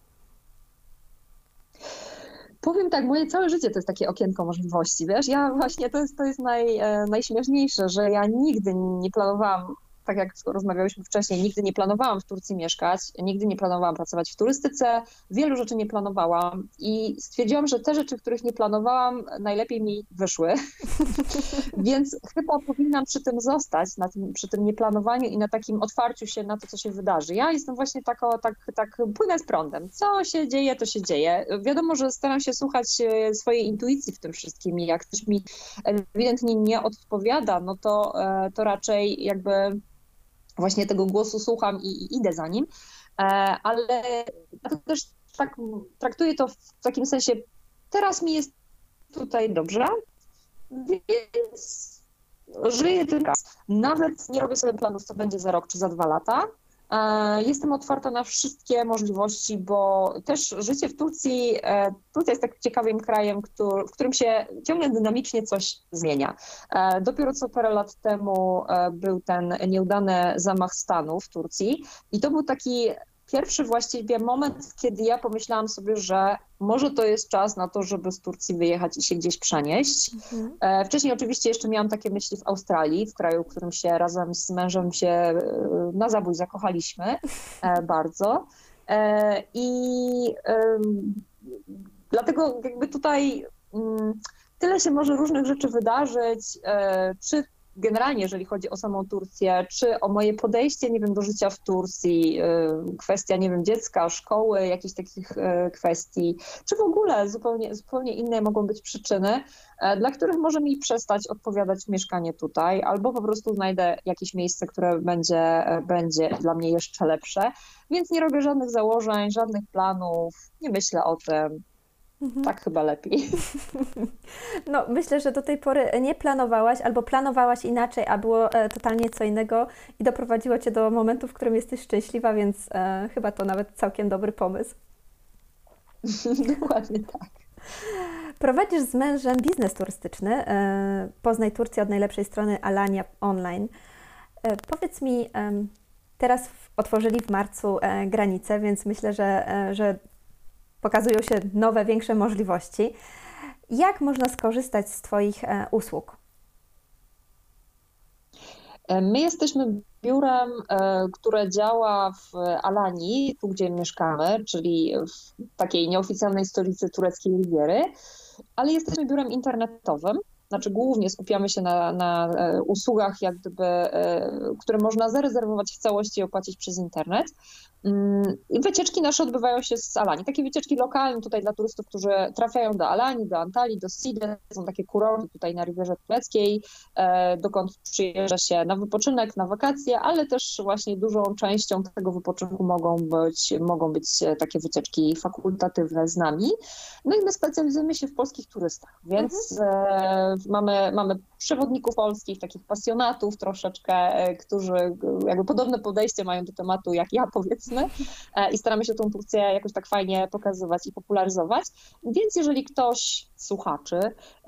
Speaker 3: Powiem tak, moje całe życie to jest takie okienko możliwości, wiesz, ja właśnie, to jest, to jest naj, najśmieszniejsze, że ja nigdy nie planowałam, tak jak rozmawiałyśmy wcześniej, nigdy nie planowałam w Turcji mieszkać, nigdy nie planowałam pracować w turystyce, wielu rzeczy nie planowałam i stwierdziłam, że te rzeczy, których nie planowałam, najlepiej mi wyszły, więc chyba powinnam przy tym zostać, na tym, przy tym nieplanowaniu i na takim otwarciu się na to, co się wydarzy. Ja jestem właśnie tako, tak, tak płynę z prądem. Co się dzieje, to się dzieje. Wiadomo, że staram się słuchać swojej intuicji w tym wszystkim i jak coś mi ewidentnie nie odpowiada, no to, to raczej jakby właśnie tego głosu słucham i, i idę za nim, ale to też tak traktuję to w takim sensie, teraz mi jest tutaj dobrze, więc żyję tylko raz. Nawet nie robię sobie planów, co będzie za rok czy za dwa lata. Jestem otwarta na wszystkie możliwości, bo też życie w Turcji, Turcja jest tak ciekawym krajem, który, w którym się ciągle dynamicznie coś zmienia. Dopiero co parę lat temu był ten nieudany zamach stanu w Turcji i to był taki pierwszy właściwie moment, kiedy ja pomyślałam sobie, że może to jest czas na to, żeby z Turcji wyjechać i się gdzieś przenieść. Mhm. Wcześniej oczywiście jeszcze miałam takie myśli w Australii, w kraju, w którym się razem z mężem się na zabój zakochaliśmy bardzo. I dlatego jakby tutaj tyle się może różnych rzeczy wydarzyć, czy generalnie, jeżeli chodzi o samą Turcję, czy o moje podejście, nie wiem, do życia w Turcji, kwestia, nie wiem, dziecka, szkoły, jakichś takich kwestii, czy w ogóle zupełnie, zupełnie inne mogą być przyczyny, dla których może mi przestać odpowiadać mieszkanie tutaj, albo po prostu znajdę jakieś miejsce, które będzie, będzie dla mnie jeszcze lepsze, więc nie robię żadnych założeń, żadnych planów, nie myślę o tym. Mhm. Tak chyba lepiej.
Speaker 2: No, myślę, że do tej pory nie planowałaś albo planowałaś inaczej, a było e, totalnie co innego i doprowadziło Cię do momentu, w którym jesteś szczęśliwa, więc e, chyba to nawet całkiem dobry pomysł.
Speaker 3: Dokładnie tak.
Speaker 2: Prowadzisz z mężem biznes turystyczny. E, Poznaj Turcję od najlepszej strony Alania Online. E, powiedz mi, e, teraz otworzyli w marcu e, granice, więc myślę, że, e, że pokazują się nowe, większe możliwości. Jak można skorzystać z Twoich e, usług?
Speaker 3: My jesteśmy biurem, e, które działa w Alanii, tu gdzie mieszkamy, czyli w takiej nieoficjalnej stolicy tureckiej Riviery, ale jesteśmy biurem internetowym. Znaczy głównie skupiamy się na, na usługach, jak gdyby, które można zarezerwować w całości i opłacić przez internet. I wycieczki nasze odbywają się z Alanii. Takie wycieczki lokalne tutaj dla turystów, którzy trafiają do Alanii, do Antalii, do Side. Są takie kurorty tutaj na Rivierze Tureckiej, dokąd przyjeżdża się na wypoczynek, na wakacje, ale też właśnie dużą częścią tego wypoczynku mogą być, mogą być takie wycieczki fakultatywne z nami. No i my specjalizujemy się w polskich turystach, więc mhm. mamy, mamy przewodników polskich, takich pasjonatów troszeczkę, którzy jakby podobne podejście mają do tematu jak ja, powiedzmy, i staramy się tą Turcję jakoś tak fajnie pokazywać i popularyzować. Więc jeżeli ktoś, słuchaczy,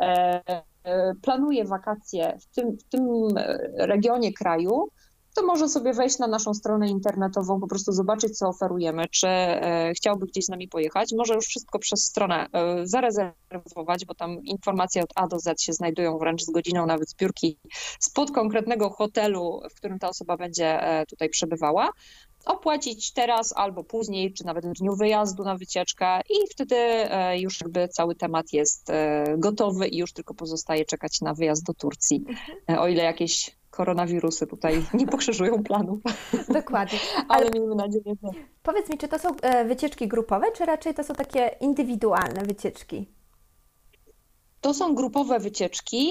Speaker 3: planuje wakacje w tym, w tym regionie kraju, to może sobie wejść na naszą stronę internetową, po prostu zobaczyć, co oferujemy, czy e, chciałby gdzieś z nami pojechać. Może już wszystko przez stronę e, zarezerwować, bo tam informacje od A do Z się znajdują wręcz z godziną nawet zbiórki spod konkretnego hotelu, w którym ta osoba będzie e, tutaj przebywała. Opłacić teraz albo później, czy nawet w dniu wyjazdu na wycieczkę i wtedy e, już jakby cały temat jest e, gotowy i już tylko pozostaje czekać na wyjazd do Turcji, e, o ile jakieś koronawirusy tutaj nie pokrzyżują planów.
Speaker 2: Dokładnie.
Speaker 3: Ale, Ale miejmy nadzieję, że...
Speaker 2: Powiedz mi, czy to są wycieczki grupowe, czy raczej to są takie indywidualne wycieczki?
Speaker 3: To są grupowe wycieczki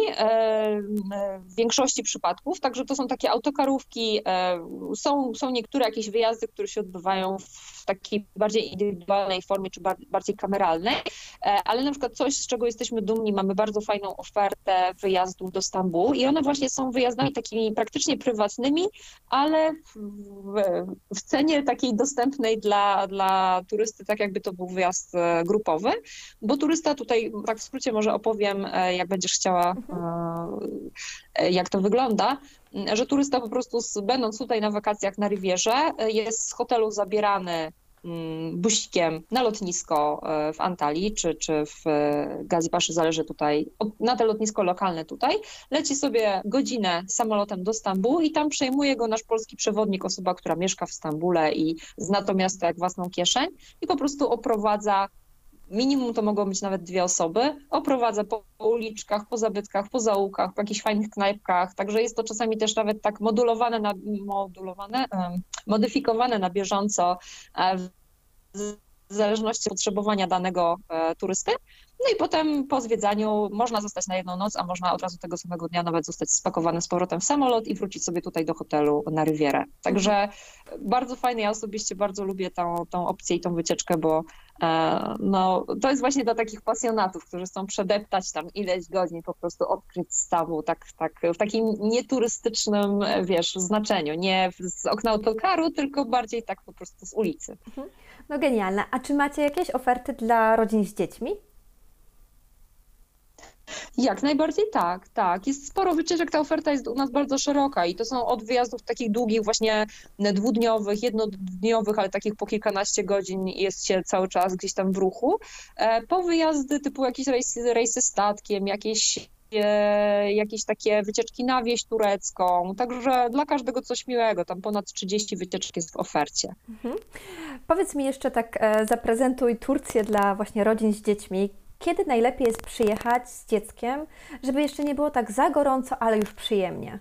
Speaker 3: w większości przypadków, także to są takie autokarówki, są, są niektóre jakieś wyjazdy, które się odbywają w takiej bardziej indywidualnej formie, czy bardziej kameralnej, ale na przykład coś, z czego jesteśmy dumni, mamy bardzo fajną ofertę wyjazdów do Stambułu i one właśnie są wyjazdami takimi praktycznie prywatnymi, ale w, w cenie takiej dostępnej dla, dla turysty, tak jakby to był wyjazd grupowy, bo turysta tutaj, tak w skrócie może opowiem, jak będziesz chciała, jak to wygląda, że turysta po prostu będąc tutaj na wakacjach na Rivierze jest z hotelu zabierany busikiem na lotnisko w Antalii czy, czy w Gazipaszy, zależy tutaj, na to lotnisko lokalne tutaj, leci sobie godzinę samolotem do Stambułu i tam przejmuje go nasz polski przewodnik, osoba, która mieszka w Stambule i zna to miasto jak własną kieszeń i po prostu oprowadza. Minimum to mogą być nawet dwie osoby, oprowadza po uliczkach, po zabytkach, po zaułkach, po jakichś fajnych knajpkach, także jest to czasami też nawet tak modulowane, na, modulowane modyfikowane na bieżąco w zależności od potrzebowania danego turysty. No i potem po zwiedzaniu można zostać na jedną noc, a można od razu tego samego dnia nawet zostać spakowany z powrotem w samolot i wrócić sobie tutaj do hotelu na Rivierę. Także bardzo fajne, ja osobiście bardzo lubię tą, tą opcję i tą wycieczkę, bo e, no, to jest właśnie dla takich pasjonatów, którzy chcą przedeptać tam ileś godzin, po prostu odkryć Stambuł tak, tak, w takim nieturystycznym, wiesz, znaczeniu, nie z okna autokaru, tylko bardziej tak po prostu z ulicy.
Speaker 2: No genialne. A czy macie jakieś oferty dla rodzin z dziećmi?
Speaker 3: Jak najbardziej tak, tak. Jest sporo wycieczek, ta oferta jest u nas bardzo szeroka i to są od wyjazdów takich długich, właśnie dwudniowych, jednodniowych, ale takich po kilkanaście godzin jest się cały czas gdzieś tam w ruchu, po wyjazdy typu jakieś rejsy, rejsy statkiem, jakieś jakieś takie wycieczki na wieś turecką, także dla każdego coś miłego, tam ponad trzydzieści wycieczek jest w ofercie.
Speaker 2: Mhm. Powiedz mi jeszcze tak, zaprezentuj Turcję dla właśnie rodzin z dziećmi. Kiedy najlepiej jest przyjechać z dzieckiem, żeby jeszcze nie było tak za gorąco, ale już przyjemnie?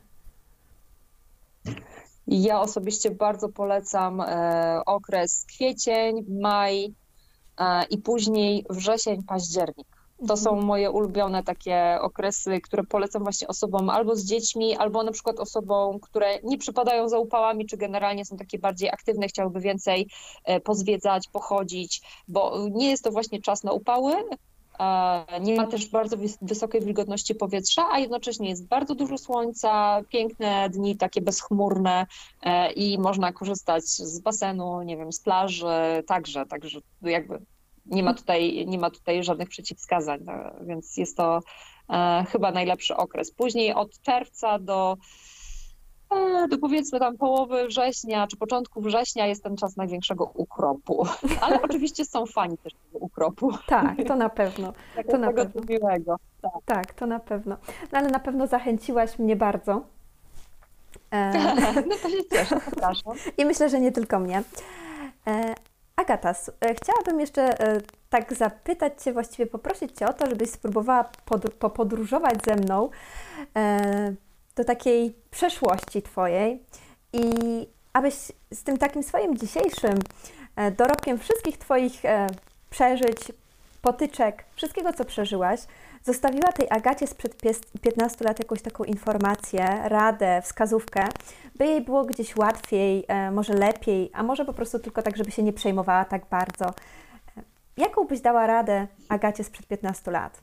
Speaker 3: Ja osobiście bardzo polecam e, okres kwiecień, maj e, i później wrzesień, październik. To są moje ulubione takie okresy, które polecam właśnie osobom albo z dziećmi, albo na przykład osobom, które nie przypadają za upałami, czy generalnie są takie bardziej aktywne, chciałyby więcej pozwiedzać, pochodzić, bo nie jest to właśnie czas na upały. Nie ma też bardzo wysokiej wilgotności powietrza, a jednocześnie jest bardzo dużo słońca, piękne dni, takie bezchmurne i można korzystać z basenu, nie wiem, z plaży także, także jakby nie ma tutaj, nie ma tutaj żadnych przeciwwskazań, no, więc jest to e, chyba najlepszy okres. Później od czerwca do, e, do powiedzmy tam połowy września czy początku września jest ten czas największego ukropu, ale oczywiście są fani też tego ukropu.
Speaker 2: Tak, to na pewno.
Speaker 3: Tak,
Speaker 2: to na pewno.
Speaker 3: miłego. Tak.
Speaker 2: tak, to na pewno. No ale na pewno zachęciłaś mnie bardzo.
Speaker 3: E... no to się cieszę, przepraszam.
Speaker 2: I myślę, że nie tylko mnie. E... Agata, chciałabym jeszcze tak zapytać Cię, właściwie poprosić Cię o to, żebyś spróbowała pod, popodróżować ze mną do takiej przeszłości Twojej i abyś z tym takim swoim dzisiejszym dorobkiem wszystkich Twoich przeżyć, potyczek, wszystkiego, co przeżyłaś, zostawiła tej Agacie sprzed piętnastu lat jakąś taką informację, radę, wskazówkę, by jej było gdzieś łatwiej, może lepiej, a może po prostu tylko tak, żeby się nie przejmowała tak bardzo. Jaką byś dała radę Agacie sprzed piętnastu lat?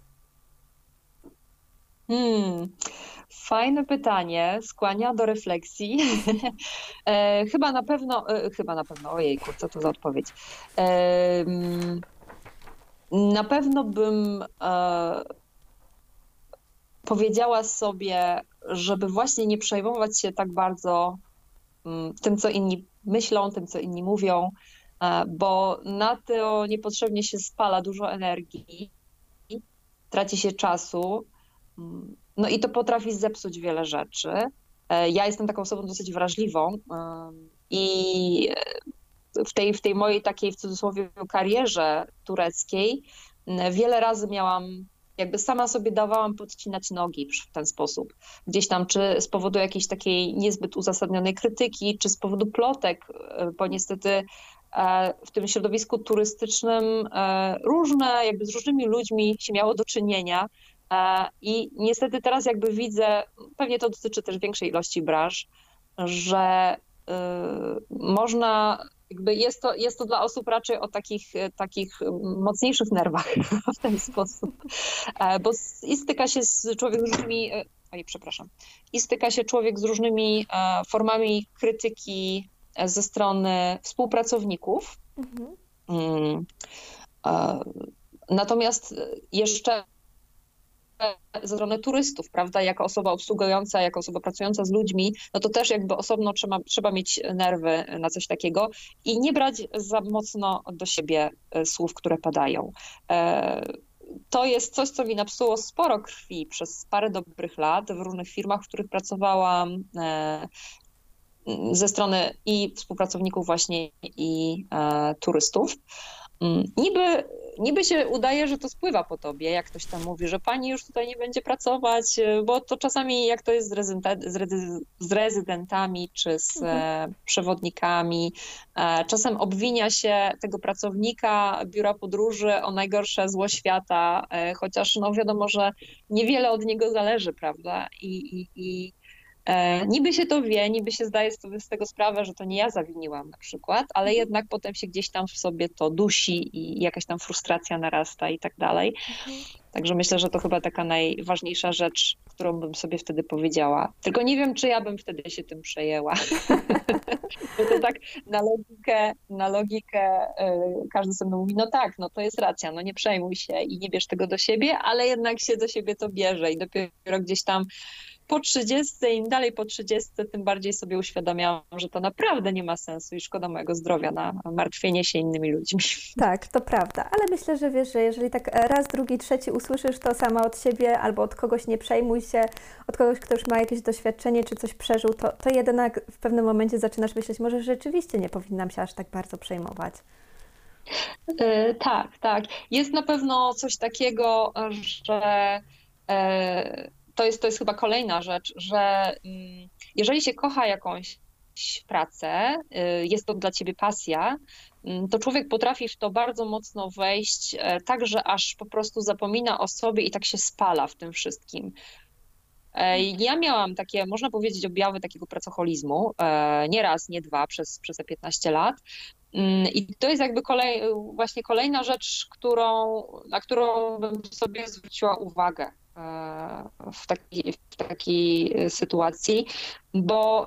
Speaker 3: Hmm, fajne pytanie, skłania do refleksji. e, chyba na pewno, e, chyba na pewno, ojejku, co to za odpowiedź. E, na pewno bym e, powiedziała sobie, żeby właśnie nie przejmować się tak bardzo m, tym, co inni myślą, tym, co inni mówią, e, bo na to niepotrzebnie się spala dużo energii, traci się czasu. No i to potrafi zepsuć wiele rzeczy. Ja jestem taką osobą dosyć wrażliwą i w tej, w tej mojej takiej w cudzysłowie karierze tureckiej wiele razy miałam, jakby sama sobie dawałam podcinać nogi w ten sposób. Gdzieś tam czy z powodu jakiejś takiej niezbyt uzasadnionej krytyki, czy z powodu plotek, bo niestety w tym środowisku turystycznym różne, jakby z różnymi ludźmi się miało do czynienia. I niestety teraz jakby widzę, pewnie to dotyczy też większej ilości branż, że y, można, jakby jest to, jest to dla osób raczej o takich, takich mocniejszych nerwach w ten sposób, bo i styka się z człowiek z różnymi, oj, przepraszam, i styka się człowiek z różnymi formami krytyki ze strony współpracowników. Mhm. Natomiast jeszcze ze strony turystów, prawda, jako osoba obsługująca, jako osoba pracująca z ludźmi, no to też jakby osobno trzeba, trzeba mieć nerwy na coś takiego i nie brać za mocno do siebie słów, które padają. To jest coś, co mi napsuło sporo krwi przez parę dobrych lat w różnych firmach, w których pracowałam, ze strony i współpracowników właśnie i turystów. Niby, niby się udaje, że to spływa po tobie, jak ktoś tam mówi, że pani już tutaj nie będzie pracować, bo to czasami jak to jest z, rezydent, z, rezy, z rezydentami czy z mhm. przewodnikami, czasem obwinia się tego pracownika biura podróży o najgorsze zło świata, chociaż no wiadomo, że niewiele od niego zależy, prawda? I, i, i E, niby się to wie, niby się zdaje sobie z tego sprawę, że to nie ja zawiniłam na przykład, ale mhm. jednak potem się gdzieś tam w sobie to dusi i jakaś tam frustracja narasta i tak dalej. Mhm. Także myślę, że to chyba taka najważniejsza rzecz, którą bym sobie wtedy powiedziała. Tylko nie wiem, czy ja bym wtedy się tym przejęła. Bo to tak na logikę, na logikę yy, każdy sobie mówi, no tak, no to jest racja, no nie przejmuj się i nie bierz tego do siebie, ale jednak się do siebie to bierze i dopiero gdzieś tam po trzydziestce, im dalej po trzydziestce, tym bardziej sobie uświadamiałam, że to naprawdę nie ma sensu i szkoda mojego zdrowia na martwienie się innymi ludźmi.
Speaker 2: Tak, to prawda, ale myślę, że wiesz, że jeżeli tak raz, drugi, trzeci usłyszysz to sama od siebie albo od kogoś, nie przejmuj się, od kogoś, kto już ma jakieś doświadczenie czy coś przeżył, to, to jednak w pewnym momencie zaczynasz myśleć, może rzeczywiście nie powinnam się aż tak bardzo przejmować.
Speaker 3: Yy, tak, tak. Jest na pewno coś takiego, że yy, To jest, to jest chyba kolejna rzecz, że jeżeli się kocha jakąś pracę, jest to dla ciebie pasja, to człowiek potrafi w to bardzo mocno wejść, tak, że aż po prostu zapomina o sobie i tak się spala w tym wszystkim. Ja miałam takie, można powiedzieć, objawy takiego pracoholizmu, nie raz, nie dwa, przez, przez te piętnaście lat. I to jest jakby kolej, właśnie kolejna rzecz, którą, na którą bym sobie zwróciła uwagę w takiej, w takiej sytuacji, bo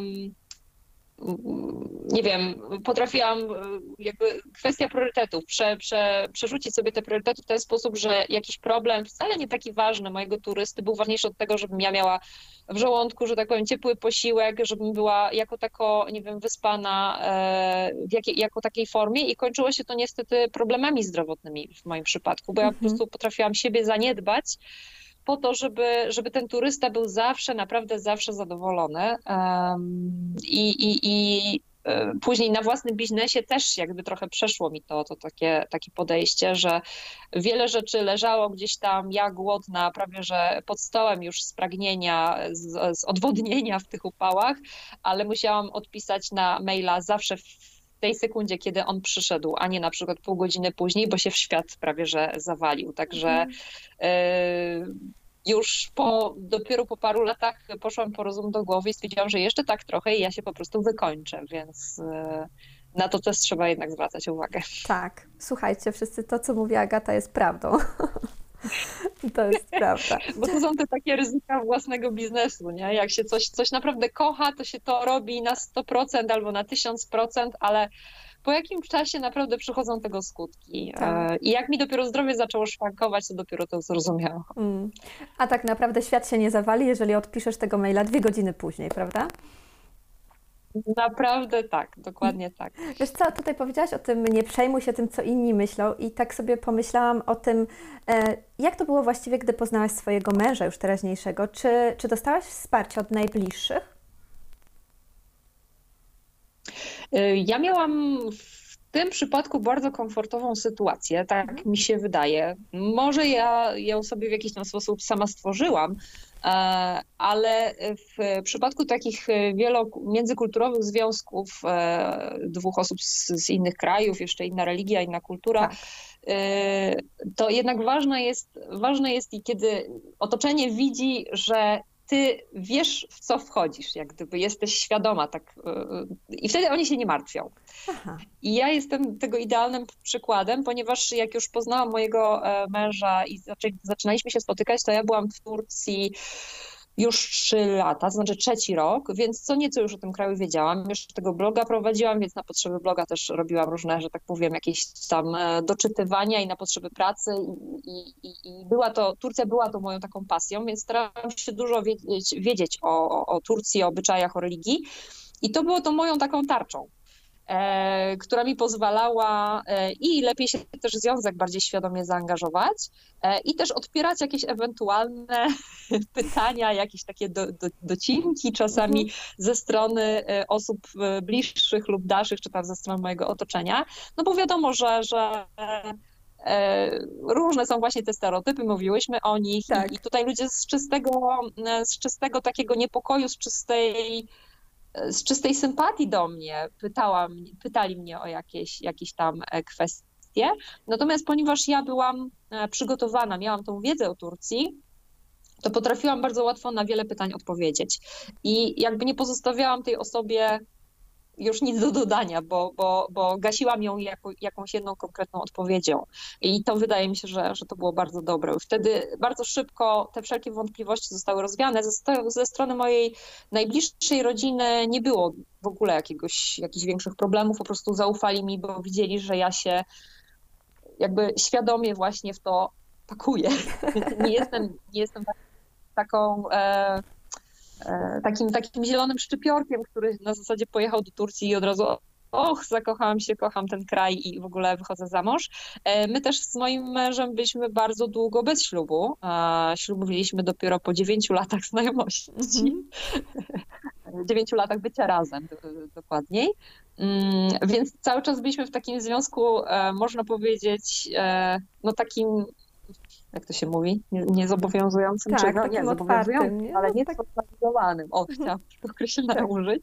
Speaker 3: nie wiem, potrafiłam jakby kwestia priorytetów, prze, prze, przerzucić sobie te priorytety w ten sposób, że jakiś problem wcale nie taki ważny mojego turysty był ważniejszy od tego, żebym ja miała w żołądku, że tak powiem, ciepły posiłek, żebym była jako tako, nie wiem, wyspana w jakiej, jako takiej formie i kończyło się to niestety problemami zdrowotnymi w moim przypadku, bo ja mhm. po prostu potrafiłam siebie zaniedbać po to, żeby, żeby ten turysta był zawsze, naprawdę zawsze zadowolony. Um, i, i, I później na własnym biznesie też jakby trochę przeszło mi to, to takie, takie podejście, że wiele rzeczy leżało gdzieś tam, ja głodna, prawie że pod stołem już z pragnienia, z, z odwodnienia w tych upałach, ale musiałam odpisać na maila zawsze w tej sekundzie, kiedy on przyszedł, a nie na przykład pół godziny później, bo się w świat prawie że zawalił. Także y, już po, dopiero po paru latach poszłam po rozum do głowy i stwierdziłam, że jeszcze tak trochę i ja się po prostu wykończę, więc y, na to też trzeba jednak zwracać uwagę.
Speaker 2: Tak, słuchajcie, wszyscy, to co mówi Agata jest prawdą. To jest prawda.
Speaker 3: Bo to są te takie ryzyka własnego biznesu, nie? Jak się coś, coś naprawdę kocha, to się to robi na sto procent albo na tysiąc procent, ale po jakimś czasie naprawdę przychodzą tego skutki. Tak. I jak mi dopiero zdrowie zaczęło szwankować, to dopiero to zrozumiałam.
Speaker 2: Mm. A tak naprawdę świat się nie zawali, jeżeli odpiszesz tego maila dwie godziny później, prawda?
Speaker 3: Naprawdę tak, dokładnie tak.
Speaker 2: Wiesz co, tutaj powiedziałaś o tym, nie przejmuj się tym, co inni myślą i tak sobie pomyślałam o tym, jak to było właściwie, gdy poznałaś swojego męża już teraźniejszego. Czy, czy dostałaś wsparcie od najbliższych?
Speaker 3: Ja miałam w tym przypadku bardzo komfortową sytuację, tak mi się wydaje. Może ja ją sobie w jakiś tam sposób sama stworzyłam, ale w przypadku takich wielo międzykulturowych związków dwóch osób z, z innych krajów, jeszcze inna religia, inna kultura, tak. To jednak ważne jest, ważne jest i kiedy otoczenie widzi, że ty wiesz, w co wchodzisz, jak gdyby jesteś świadoma, tak, i wtedy oni się nie martwią. Aha. I ja jestem tego idealnym przykładem, ponieważ jak już poznałam mojego męża i zaczynaliśmy się spotykać, to ja byłam w Turcji już trzy lata, to znaczy trzeci rok, więc co nieco już o tym kraju wiedziałam. Już tego bloga prowadziłam, więc na potrzeby bloga też robiłam różne, że tak powiem, jakieś tam doczytywania i na potrzeby pracy. I, i, i była to, Turcja była to moją taką pasją, więc starałam się dużo wiedzieć, wiedzieć o, o, o Turcji, o obyczajach, o religii. I to było to moją taką tarczą, E, która mi pozwalała e, i lepiej się też w związek bardziej świadomie zaangażować e, i też odpierać jakieś ewentualne pytania, jakieś takie do, do, docinki czasami mhm. ze strony e, osób bliższych lub dalszych, czy tam ze strony mojego otoczenia, no bo wiadomo, że, że e, różne są właśnie te stereotypy, mówiłyśmy o nich tak. i, i tutaj ludzie z czystego, z czystego takiego niepokoju, z czystej z czystej sympatii do mnie pytałam, pytali mnie o jakieś, jakieś tam kwestie. Natomiast ponieważ ja byłam przygotowana, miałam tą wiedzę o Turcji, to potrafiłam bardzo łatwo na wiele pytań odpowiedzieć. I jakby nie pozostawiałam tej osobie już nic do dodania, bo, bo, bo gasiłam ją jako, jakąś jedną konkretną odpowiedzią. I to wydaje mi się, że, że to było bardzo dobre. Wtedy bardzo szybko te wszelkie wątpliwości zostały rozwiane. Ze, ze strony mojej najbliższej rodziny nie było w ogóle jakiegoś, jakichś większych problemów. Po prostu zaufali mi, bo widzieli, że ja się jakby świadomie właśnie w to pakuję. Nie jestem, nie jestem taką... E, Takim, takim zielonym szczypiorkiem, który na zasadzie pojechał do Turcji i od razu och, zakochałam się, kocham ten kraj i w ogóle wychodzę za mąż. My też z moim mężem byliśmy bardzo długo bez ślubu. Ślub mieliśmy dopiero po dziewięciu latach znajomości. Mm-hmm. dziewięciu latach bycia razem dokładniej. Więc cały czas byliśmy w takim związku, można powiedzieć, no takim, jak to się mówi, niezobowiązującym,
Speaker 2: tak,
Speaker 3: czego? Nie, zobowiązującym,
Speaker 2: nie?
Speaker 3: ale
Speaker 2: no,
Speaker 3: nie
Speaker 2: tak...
Speaker 3: sformalizowanym. O, chciałam to określenia tak. użyć.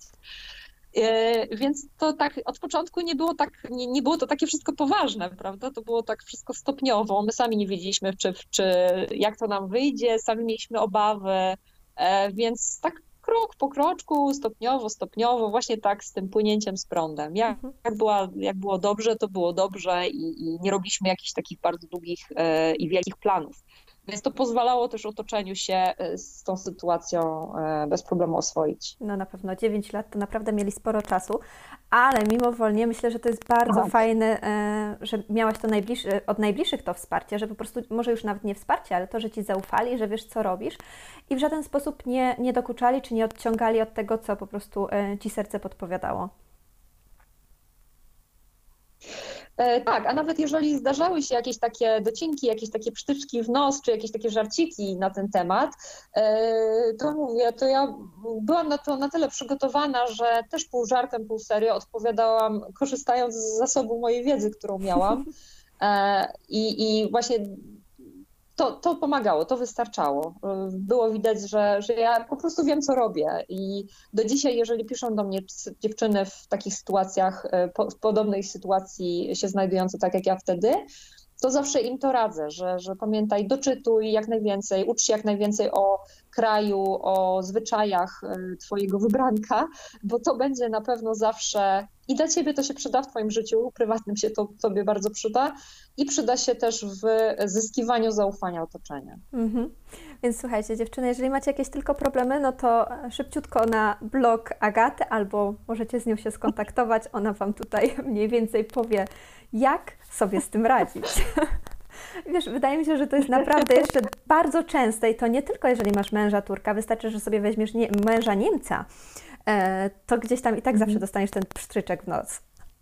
Speaker 3: E, więc to tak od początku nie było tak, nie, nie było to takie wszystko poważne, prawda? To było tak wszystko stopniowo. My sami nie wiedzieliśmy, czy, czy jak to nam wyjdzie, sami mieliśmy obawy, e, więc tak krok po kroczku, stopniowo, stopniowo, właśnie tak z tym płynięciem z prądem. Jak, mhm. jak, była, jak było dobrze, to było dobrze i, i nie robiliśmy jakichś takich bardzo długich e, i wielkich planów. Więc to pozwalało też otoczeniu się z tą sytuacją bez problemu oswoić.
Speaker 2: No na pewno dziewięć lat to naprawdę mieli sporo czasu, ale mimowolnie myślę, że to jest bardzo Aha. fajne, że miałaś to najbliższy, od najbliższych to wsparcie, że po prostu może już nawet nie wsparcie, ale to, że Ci zaufali, że wiesz co robisz i w żaden sposób nie, nie dokuczali czy nie odciągali od tego, co po prostu Ci serce podpowiadało.
Speaker 3: E, tak, a nawet jeżeli zdarzały się jakieś takie docinki, jakieś takie przytyczki w nos, czy jakieś takie żarciki na ten temat, e, to mówię, to ja byłam na to na tyle przygotowana, że też pół żartem, pół serio odpowiadałam, korzystając z zasobu mojej wiedzy, którą miałam. E, i, I właśnie to, to pomagało, to wystarczało. Było widać, że, że ja po prostu wiem, co robię i do dzisiaj, jeżeli piszą do mnie dziewczyny w takich sytuacjach, w podobnej sytuacji się znajdujące tak jak ja wtedy, to zawsze im to radzę, że, że pamiętaj, doczytuj jak najwięcej, ucz się jak najwięcej o kraju, o zwyczajach twojego wybranka, bo to będzie na pewno zawsze i dla ciebie to się przyda w twoim życiu prywatnym, się to tobie bardzo przyda i przyda się też w zyskiwaniu zaufania otoczenia.
Speaker 2: Mhm. Więc słuchajcie dziewczyny, jeżeli macie jakieś tylko problemy, no to szybciutko na blog Agaty albo możecie z nią się skontaktować, ona wam tutaj mniej więcej powie, jak sobie z tym radzić. Wiesz, wydaje mi się, że to jest naprawdę jeszcze bardzo częste i to nie tylko jeżeli masz męża Turka, wystarczy, że sobie weźmiesz nie, męża Niemca, e, to gdzieś tam i tak zawsze dostaniesz ten pstryczek w nos.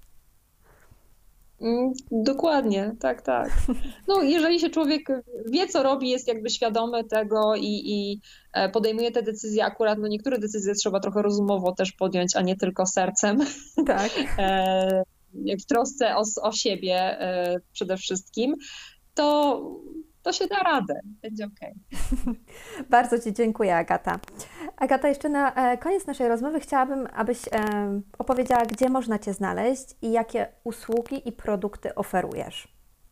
Speaker 3: Mm, dokładnie, tak, tak. No, jeżeli się człowiek wie, co robi, jest jakby świadomy tego i, i podejmuje te decyzje, akurat no niektóre decyzje trzeba trochę rozumowo też podjąć, a nie tylko sercem.
Speaker 2: Tak.
Speaker 3: e, w trosce o, o siebie e, przede wszystkim, to, to się da radę, będzie okej.
Speaker 2: Bardzo Ci dziękuję, Agata. Agata, jeszcze na koniec naszej rozmowy chciałabym, abyś opowiedziała, gdzie można Cię znaleźć i jakie usługi i produkty oferujesz.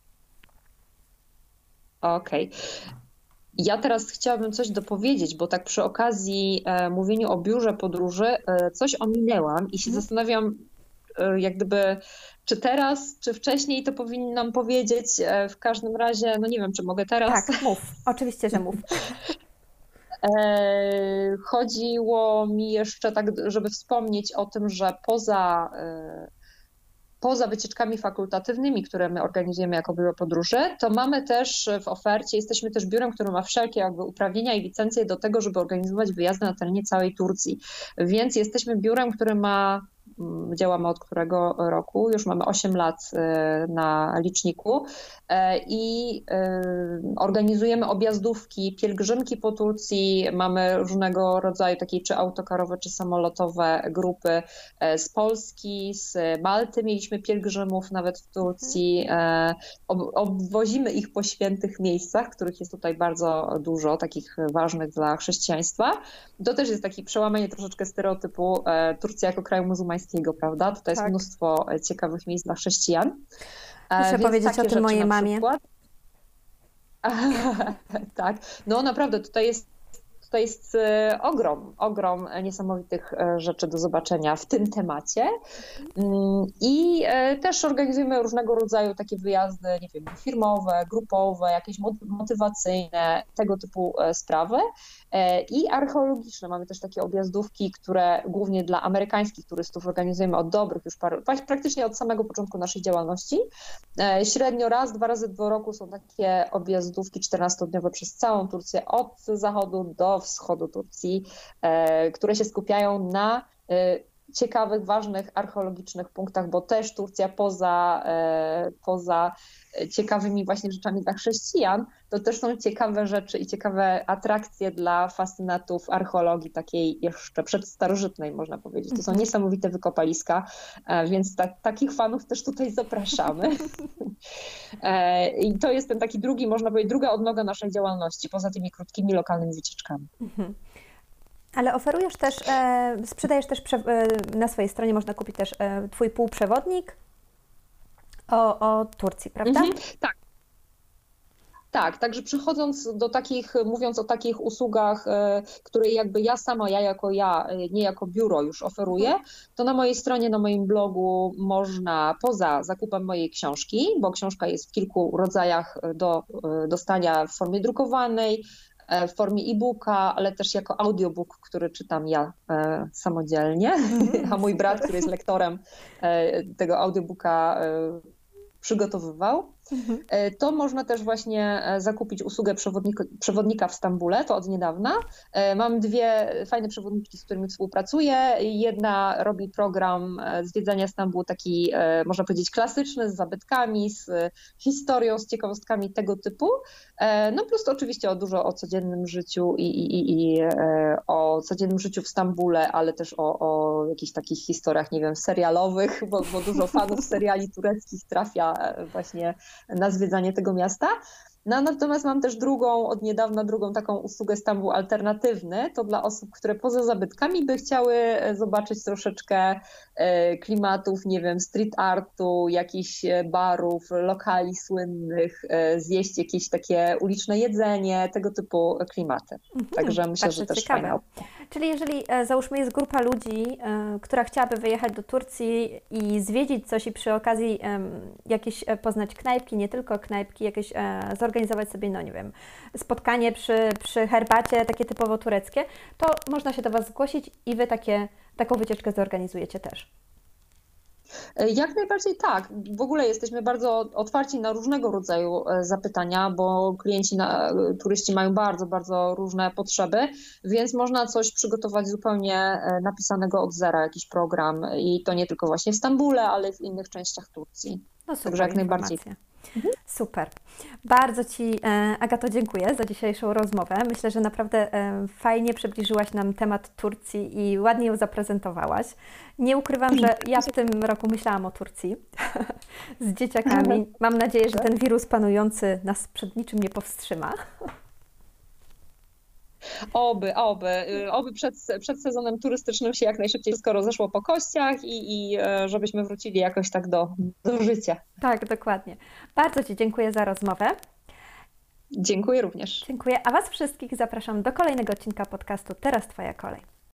Speaker 3: Okej. Ja teraz chciałabym coś dopowiedzieć, bo tak przy okazji e, mówieniu o biurze podróży e, coś ominęłam i się hmm. zastanawiam, e, jak gdyby, czy teraz, czy wcześniej to powinnam powiedzieć. E, w każdym razie, no nie wiem, czy mogę teraz.
Speaker 2: Tak, mów. Oczywiście, że mów.
Speaker 3: E, chodziło mi jeszcze tak, żeby wspomnieć o tym, że poza e, Poza wycieczkami fakultatywnymi, które my organizujemy jako biuro podróży, to mamy też w ofercie, jesteśmy też biurem, które ma wszelkie jakby uprawnienia i licencje do tego, żeby organizować wyjazdy na terenie całej Turcji. Więc jesteśmy biurem, które ma, działamy od którego roku, już mamy osiem lat na liczniku i organizujemy objazdówki, pielgrzymki po Turcji, mamy różnego rodzaju takie czy autokarowe, czy samolotowe grupy z Polski, z Malty, mieliśmy pielgrzymów nawet w Turcji, obwozimy ich po świętych miejscach, których jest tutaj bardzo dużo, takich ważnych dla chrześcijaństwa. To też jest takie przełamanie troszeczkę stereotypu Turcja jako kraju muzułmańskiego, prawda? Tutaj tak. Jest mnóstwo ciekawych miejsc dla chrześcijan.
Speaker 2: Muszę powiedzieć o tym mojej mamie.
Speaker 3: Tak, no naprawdę tutaj jest To jest ogrom, ogrom niesamowitych rzeczy do zobaczenia w tym temacie i też organizujemy różnego rodzaju takie wyjazdy, nie wiem, firmowe, grupowe, jakieś motywacyjne, tego typu sprawy i archeologiczne. Mamy też takie objazdówki, które głównie dla amerykańskich turystów organizujemy od dobrych już paru, praktycznie od samego początku naszej działalności. Średnio raz, dwa razy do roku są takie objazdówki czternastodniowe przez całą Turcję, od zachodu do wschodu Turcji, które się skupiają na ciekawych, ważnych archeologicznych punktach, bo też Turcja poza, poza ciekawymi właśnie rzeczami dla chrześcijan, to też są ciekawe rzeczy i ciekawe atrakcje dla fascynatów archeologii takiej jeszcze przedstarożytnej, można powiedzieć. To są niesamowite wykopaliska, więc ta, takich fanów też tutaj zapraszamy. I to jest ten taki drugi, można powiedzieć, druga odnoga naszej działalności, poza tymi krótkimi, lokalnymi wycieczkami.
Speaker 2: Ale oferujesz też, e, sprzedajesz też prze, e, na swojej stronie można kupić też e, Twój półprzewodnik o, o Turcji, prawda?
Speaker 3: Mhm, tak. Tak, także przychodząc do takich, mówiąc o takich usługach, które jakby ja sama, ja jako ja, nie jako biuro już oferuję, to na mojej stronie, na moim blogu można poza zakupem mojej książki, bo książka jest w kilku rodzajach do dostania w formie drukowanej, w formie e-booka, ale też jako audiobook, który czytam ja e, samodzielnie, mm, a mój brat, który jest lektorem e, tego audiobooka, e, przygotowywał.
Speaker 2: Mhm.
Speaker 3: To można też właśnie zakupić usługę przewodnika, przewodnika w Stambule, to od niedawna. Mam dwie fajne przewodniczki, z którymi współpracuję. Jedna robi program zwiedzania Stambułu taki, można powiedzieć, klasyczny, z zabytkami, z historią, z ciekawostkami tego typu. No plus to oczywiście o dużo o codziennym życiu i, i, i o codziennym życiu w Stambule, ale też o, o jakichś takich historiach, nie wiem, serialowych, bo, bo dużo fanów seriali tureckich trafia właśnie na zwiedzanie tego miasta. No, natomiast mam też drugą, od niedawna drugą taką usługę Stambuł alternatywny. To dla osób, które poza zabytkami by chciały zobaczyć troszeczkę klimatów, nie wiem, street artu, jakichś barów, lokali słynnych, zjeść jakieś takie uliczne jedzenie, tego typu klimaty. Mhm, Także myślę, że też
Speaker 2: ciekawe.
Speaker 3: fajna.
Speaker 2: Czyli jeżeli załóżmy jest grupa ludzi, która chciałaby wyjechać do Turcji i zwiedzić coś i przy okazji jakieś poznać knajpki, nie tylko knajpki, jakieś zorganizować sobie, no nie wiem, spotkanie przy, przy herbacie, takie typowo tureckie, to można się do Was zgłosić i Wy takie, taką wycieczkę zorganizujecie też.
Speaker 3: Jak najbardziej tak. W ogóle jesteśmy bardzo otwarci na różnego rodzaju zapytania, bo klienci, na, turyści mają bardzo, bardzo różne potrzeby, więc można coś przygotować zupełnie napisanego od zera, jakiś program i to nie tylko właśnie w Stambule, ale w innych częściach Turcji.
Speaker 2: No super,
Speaker 3: Także jak najbardziej.
Speaker 2: Mhm. Super. Bardzo Ci, Agato, dziękuję za dzisiejszą rozmowę. Myślę, że naprawdę fajnie przybliżyłaś nam temat Turcji i ładnie ją zaprezentowałaś. Nie ukrywam, że ja w tym roku myślałam o Turcji z dzieciakami. Mam nadzieję, że ten wirus panujący nas przed niczym nie powstrzyma.
Speaker 3: Oby, oby, oby przed, przed sezonem turystycznym się jak najszybciej wszystko rozeszło po kościach i, i żebyśmy wrócili jakoś tak do, do życia.
Speaker 2: Tak, dokładnie. Bardzo Ci dziękuję za rozmowę.
Speaker 3: Dziękuję również.
Speaker 2: Dziękuję, a Was wszystkich zapraszam do kolejnego odcinka podcastu Teraz Twoja kolej.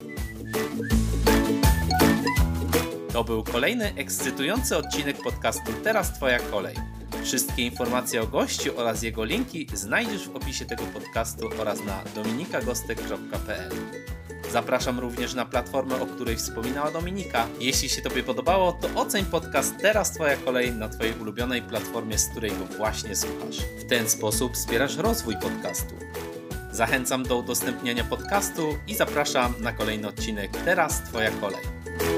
Speaker 1: To był kolejny ekscytujący odcinek podcastu Teraz Twoja kolej. Wszystkie informacje o gościu oraz jego linki znajdziesz w opisie tego podcastu oraz na dominikagostek kropka p l. Zapraszam również na platformę, o której wspominała Dominika. Jeśli się Tobie podobało, to oceń podcast Teraz Twoja kolej na Twojej ulubionej platformie, z której go właśnie słuchasz. W ten sposób wspierasz rozwój podcastu. Zachęcam do udostępniania podcastu i zapraszam na kolejny odcinek Teraz Twoja kolej.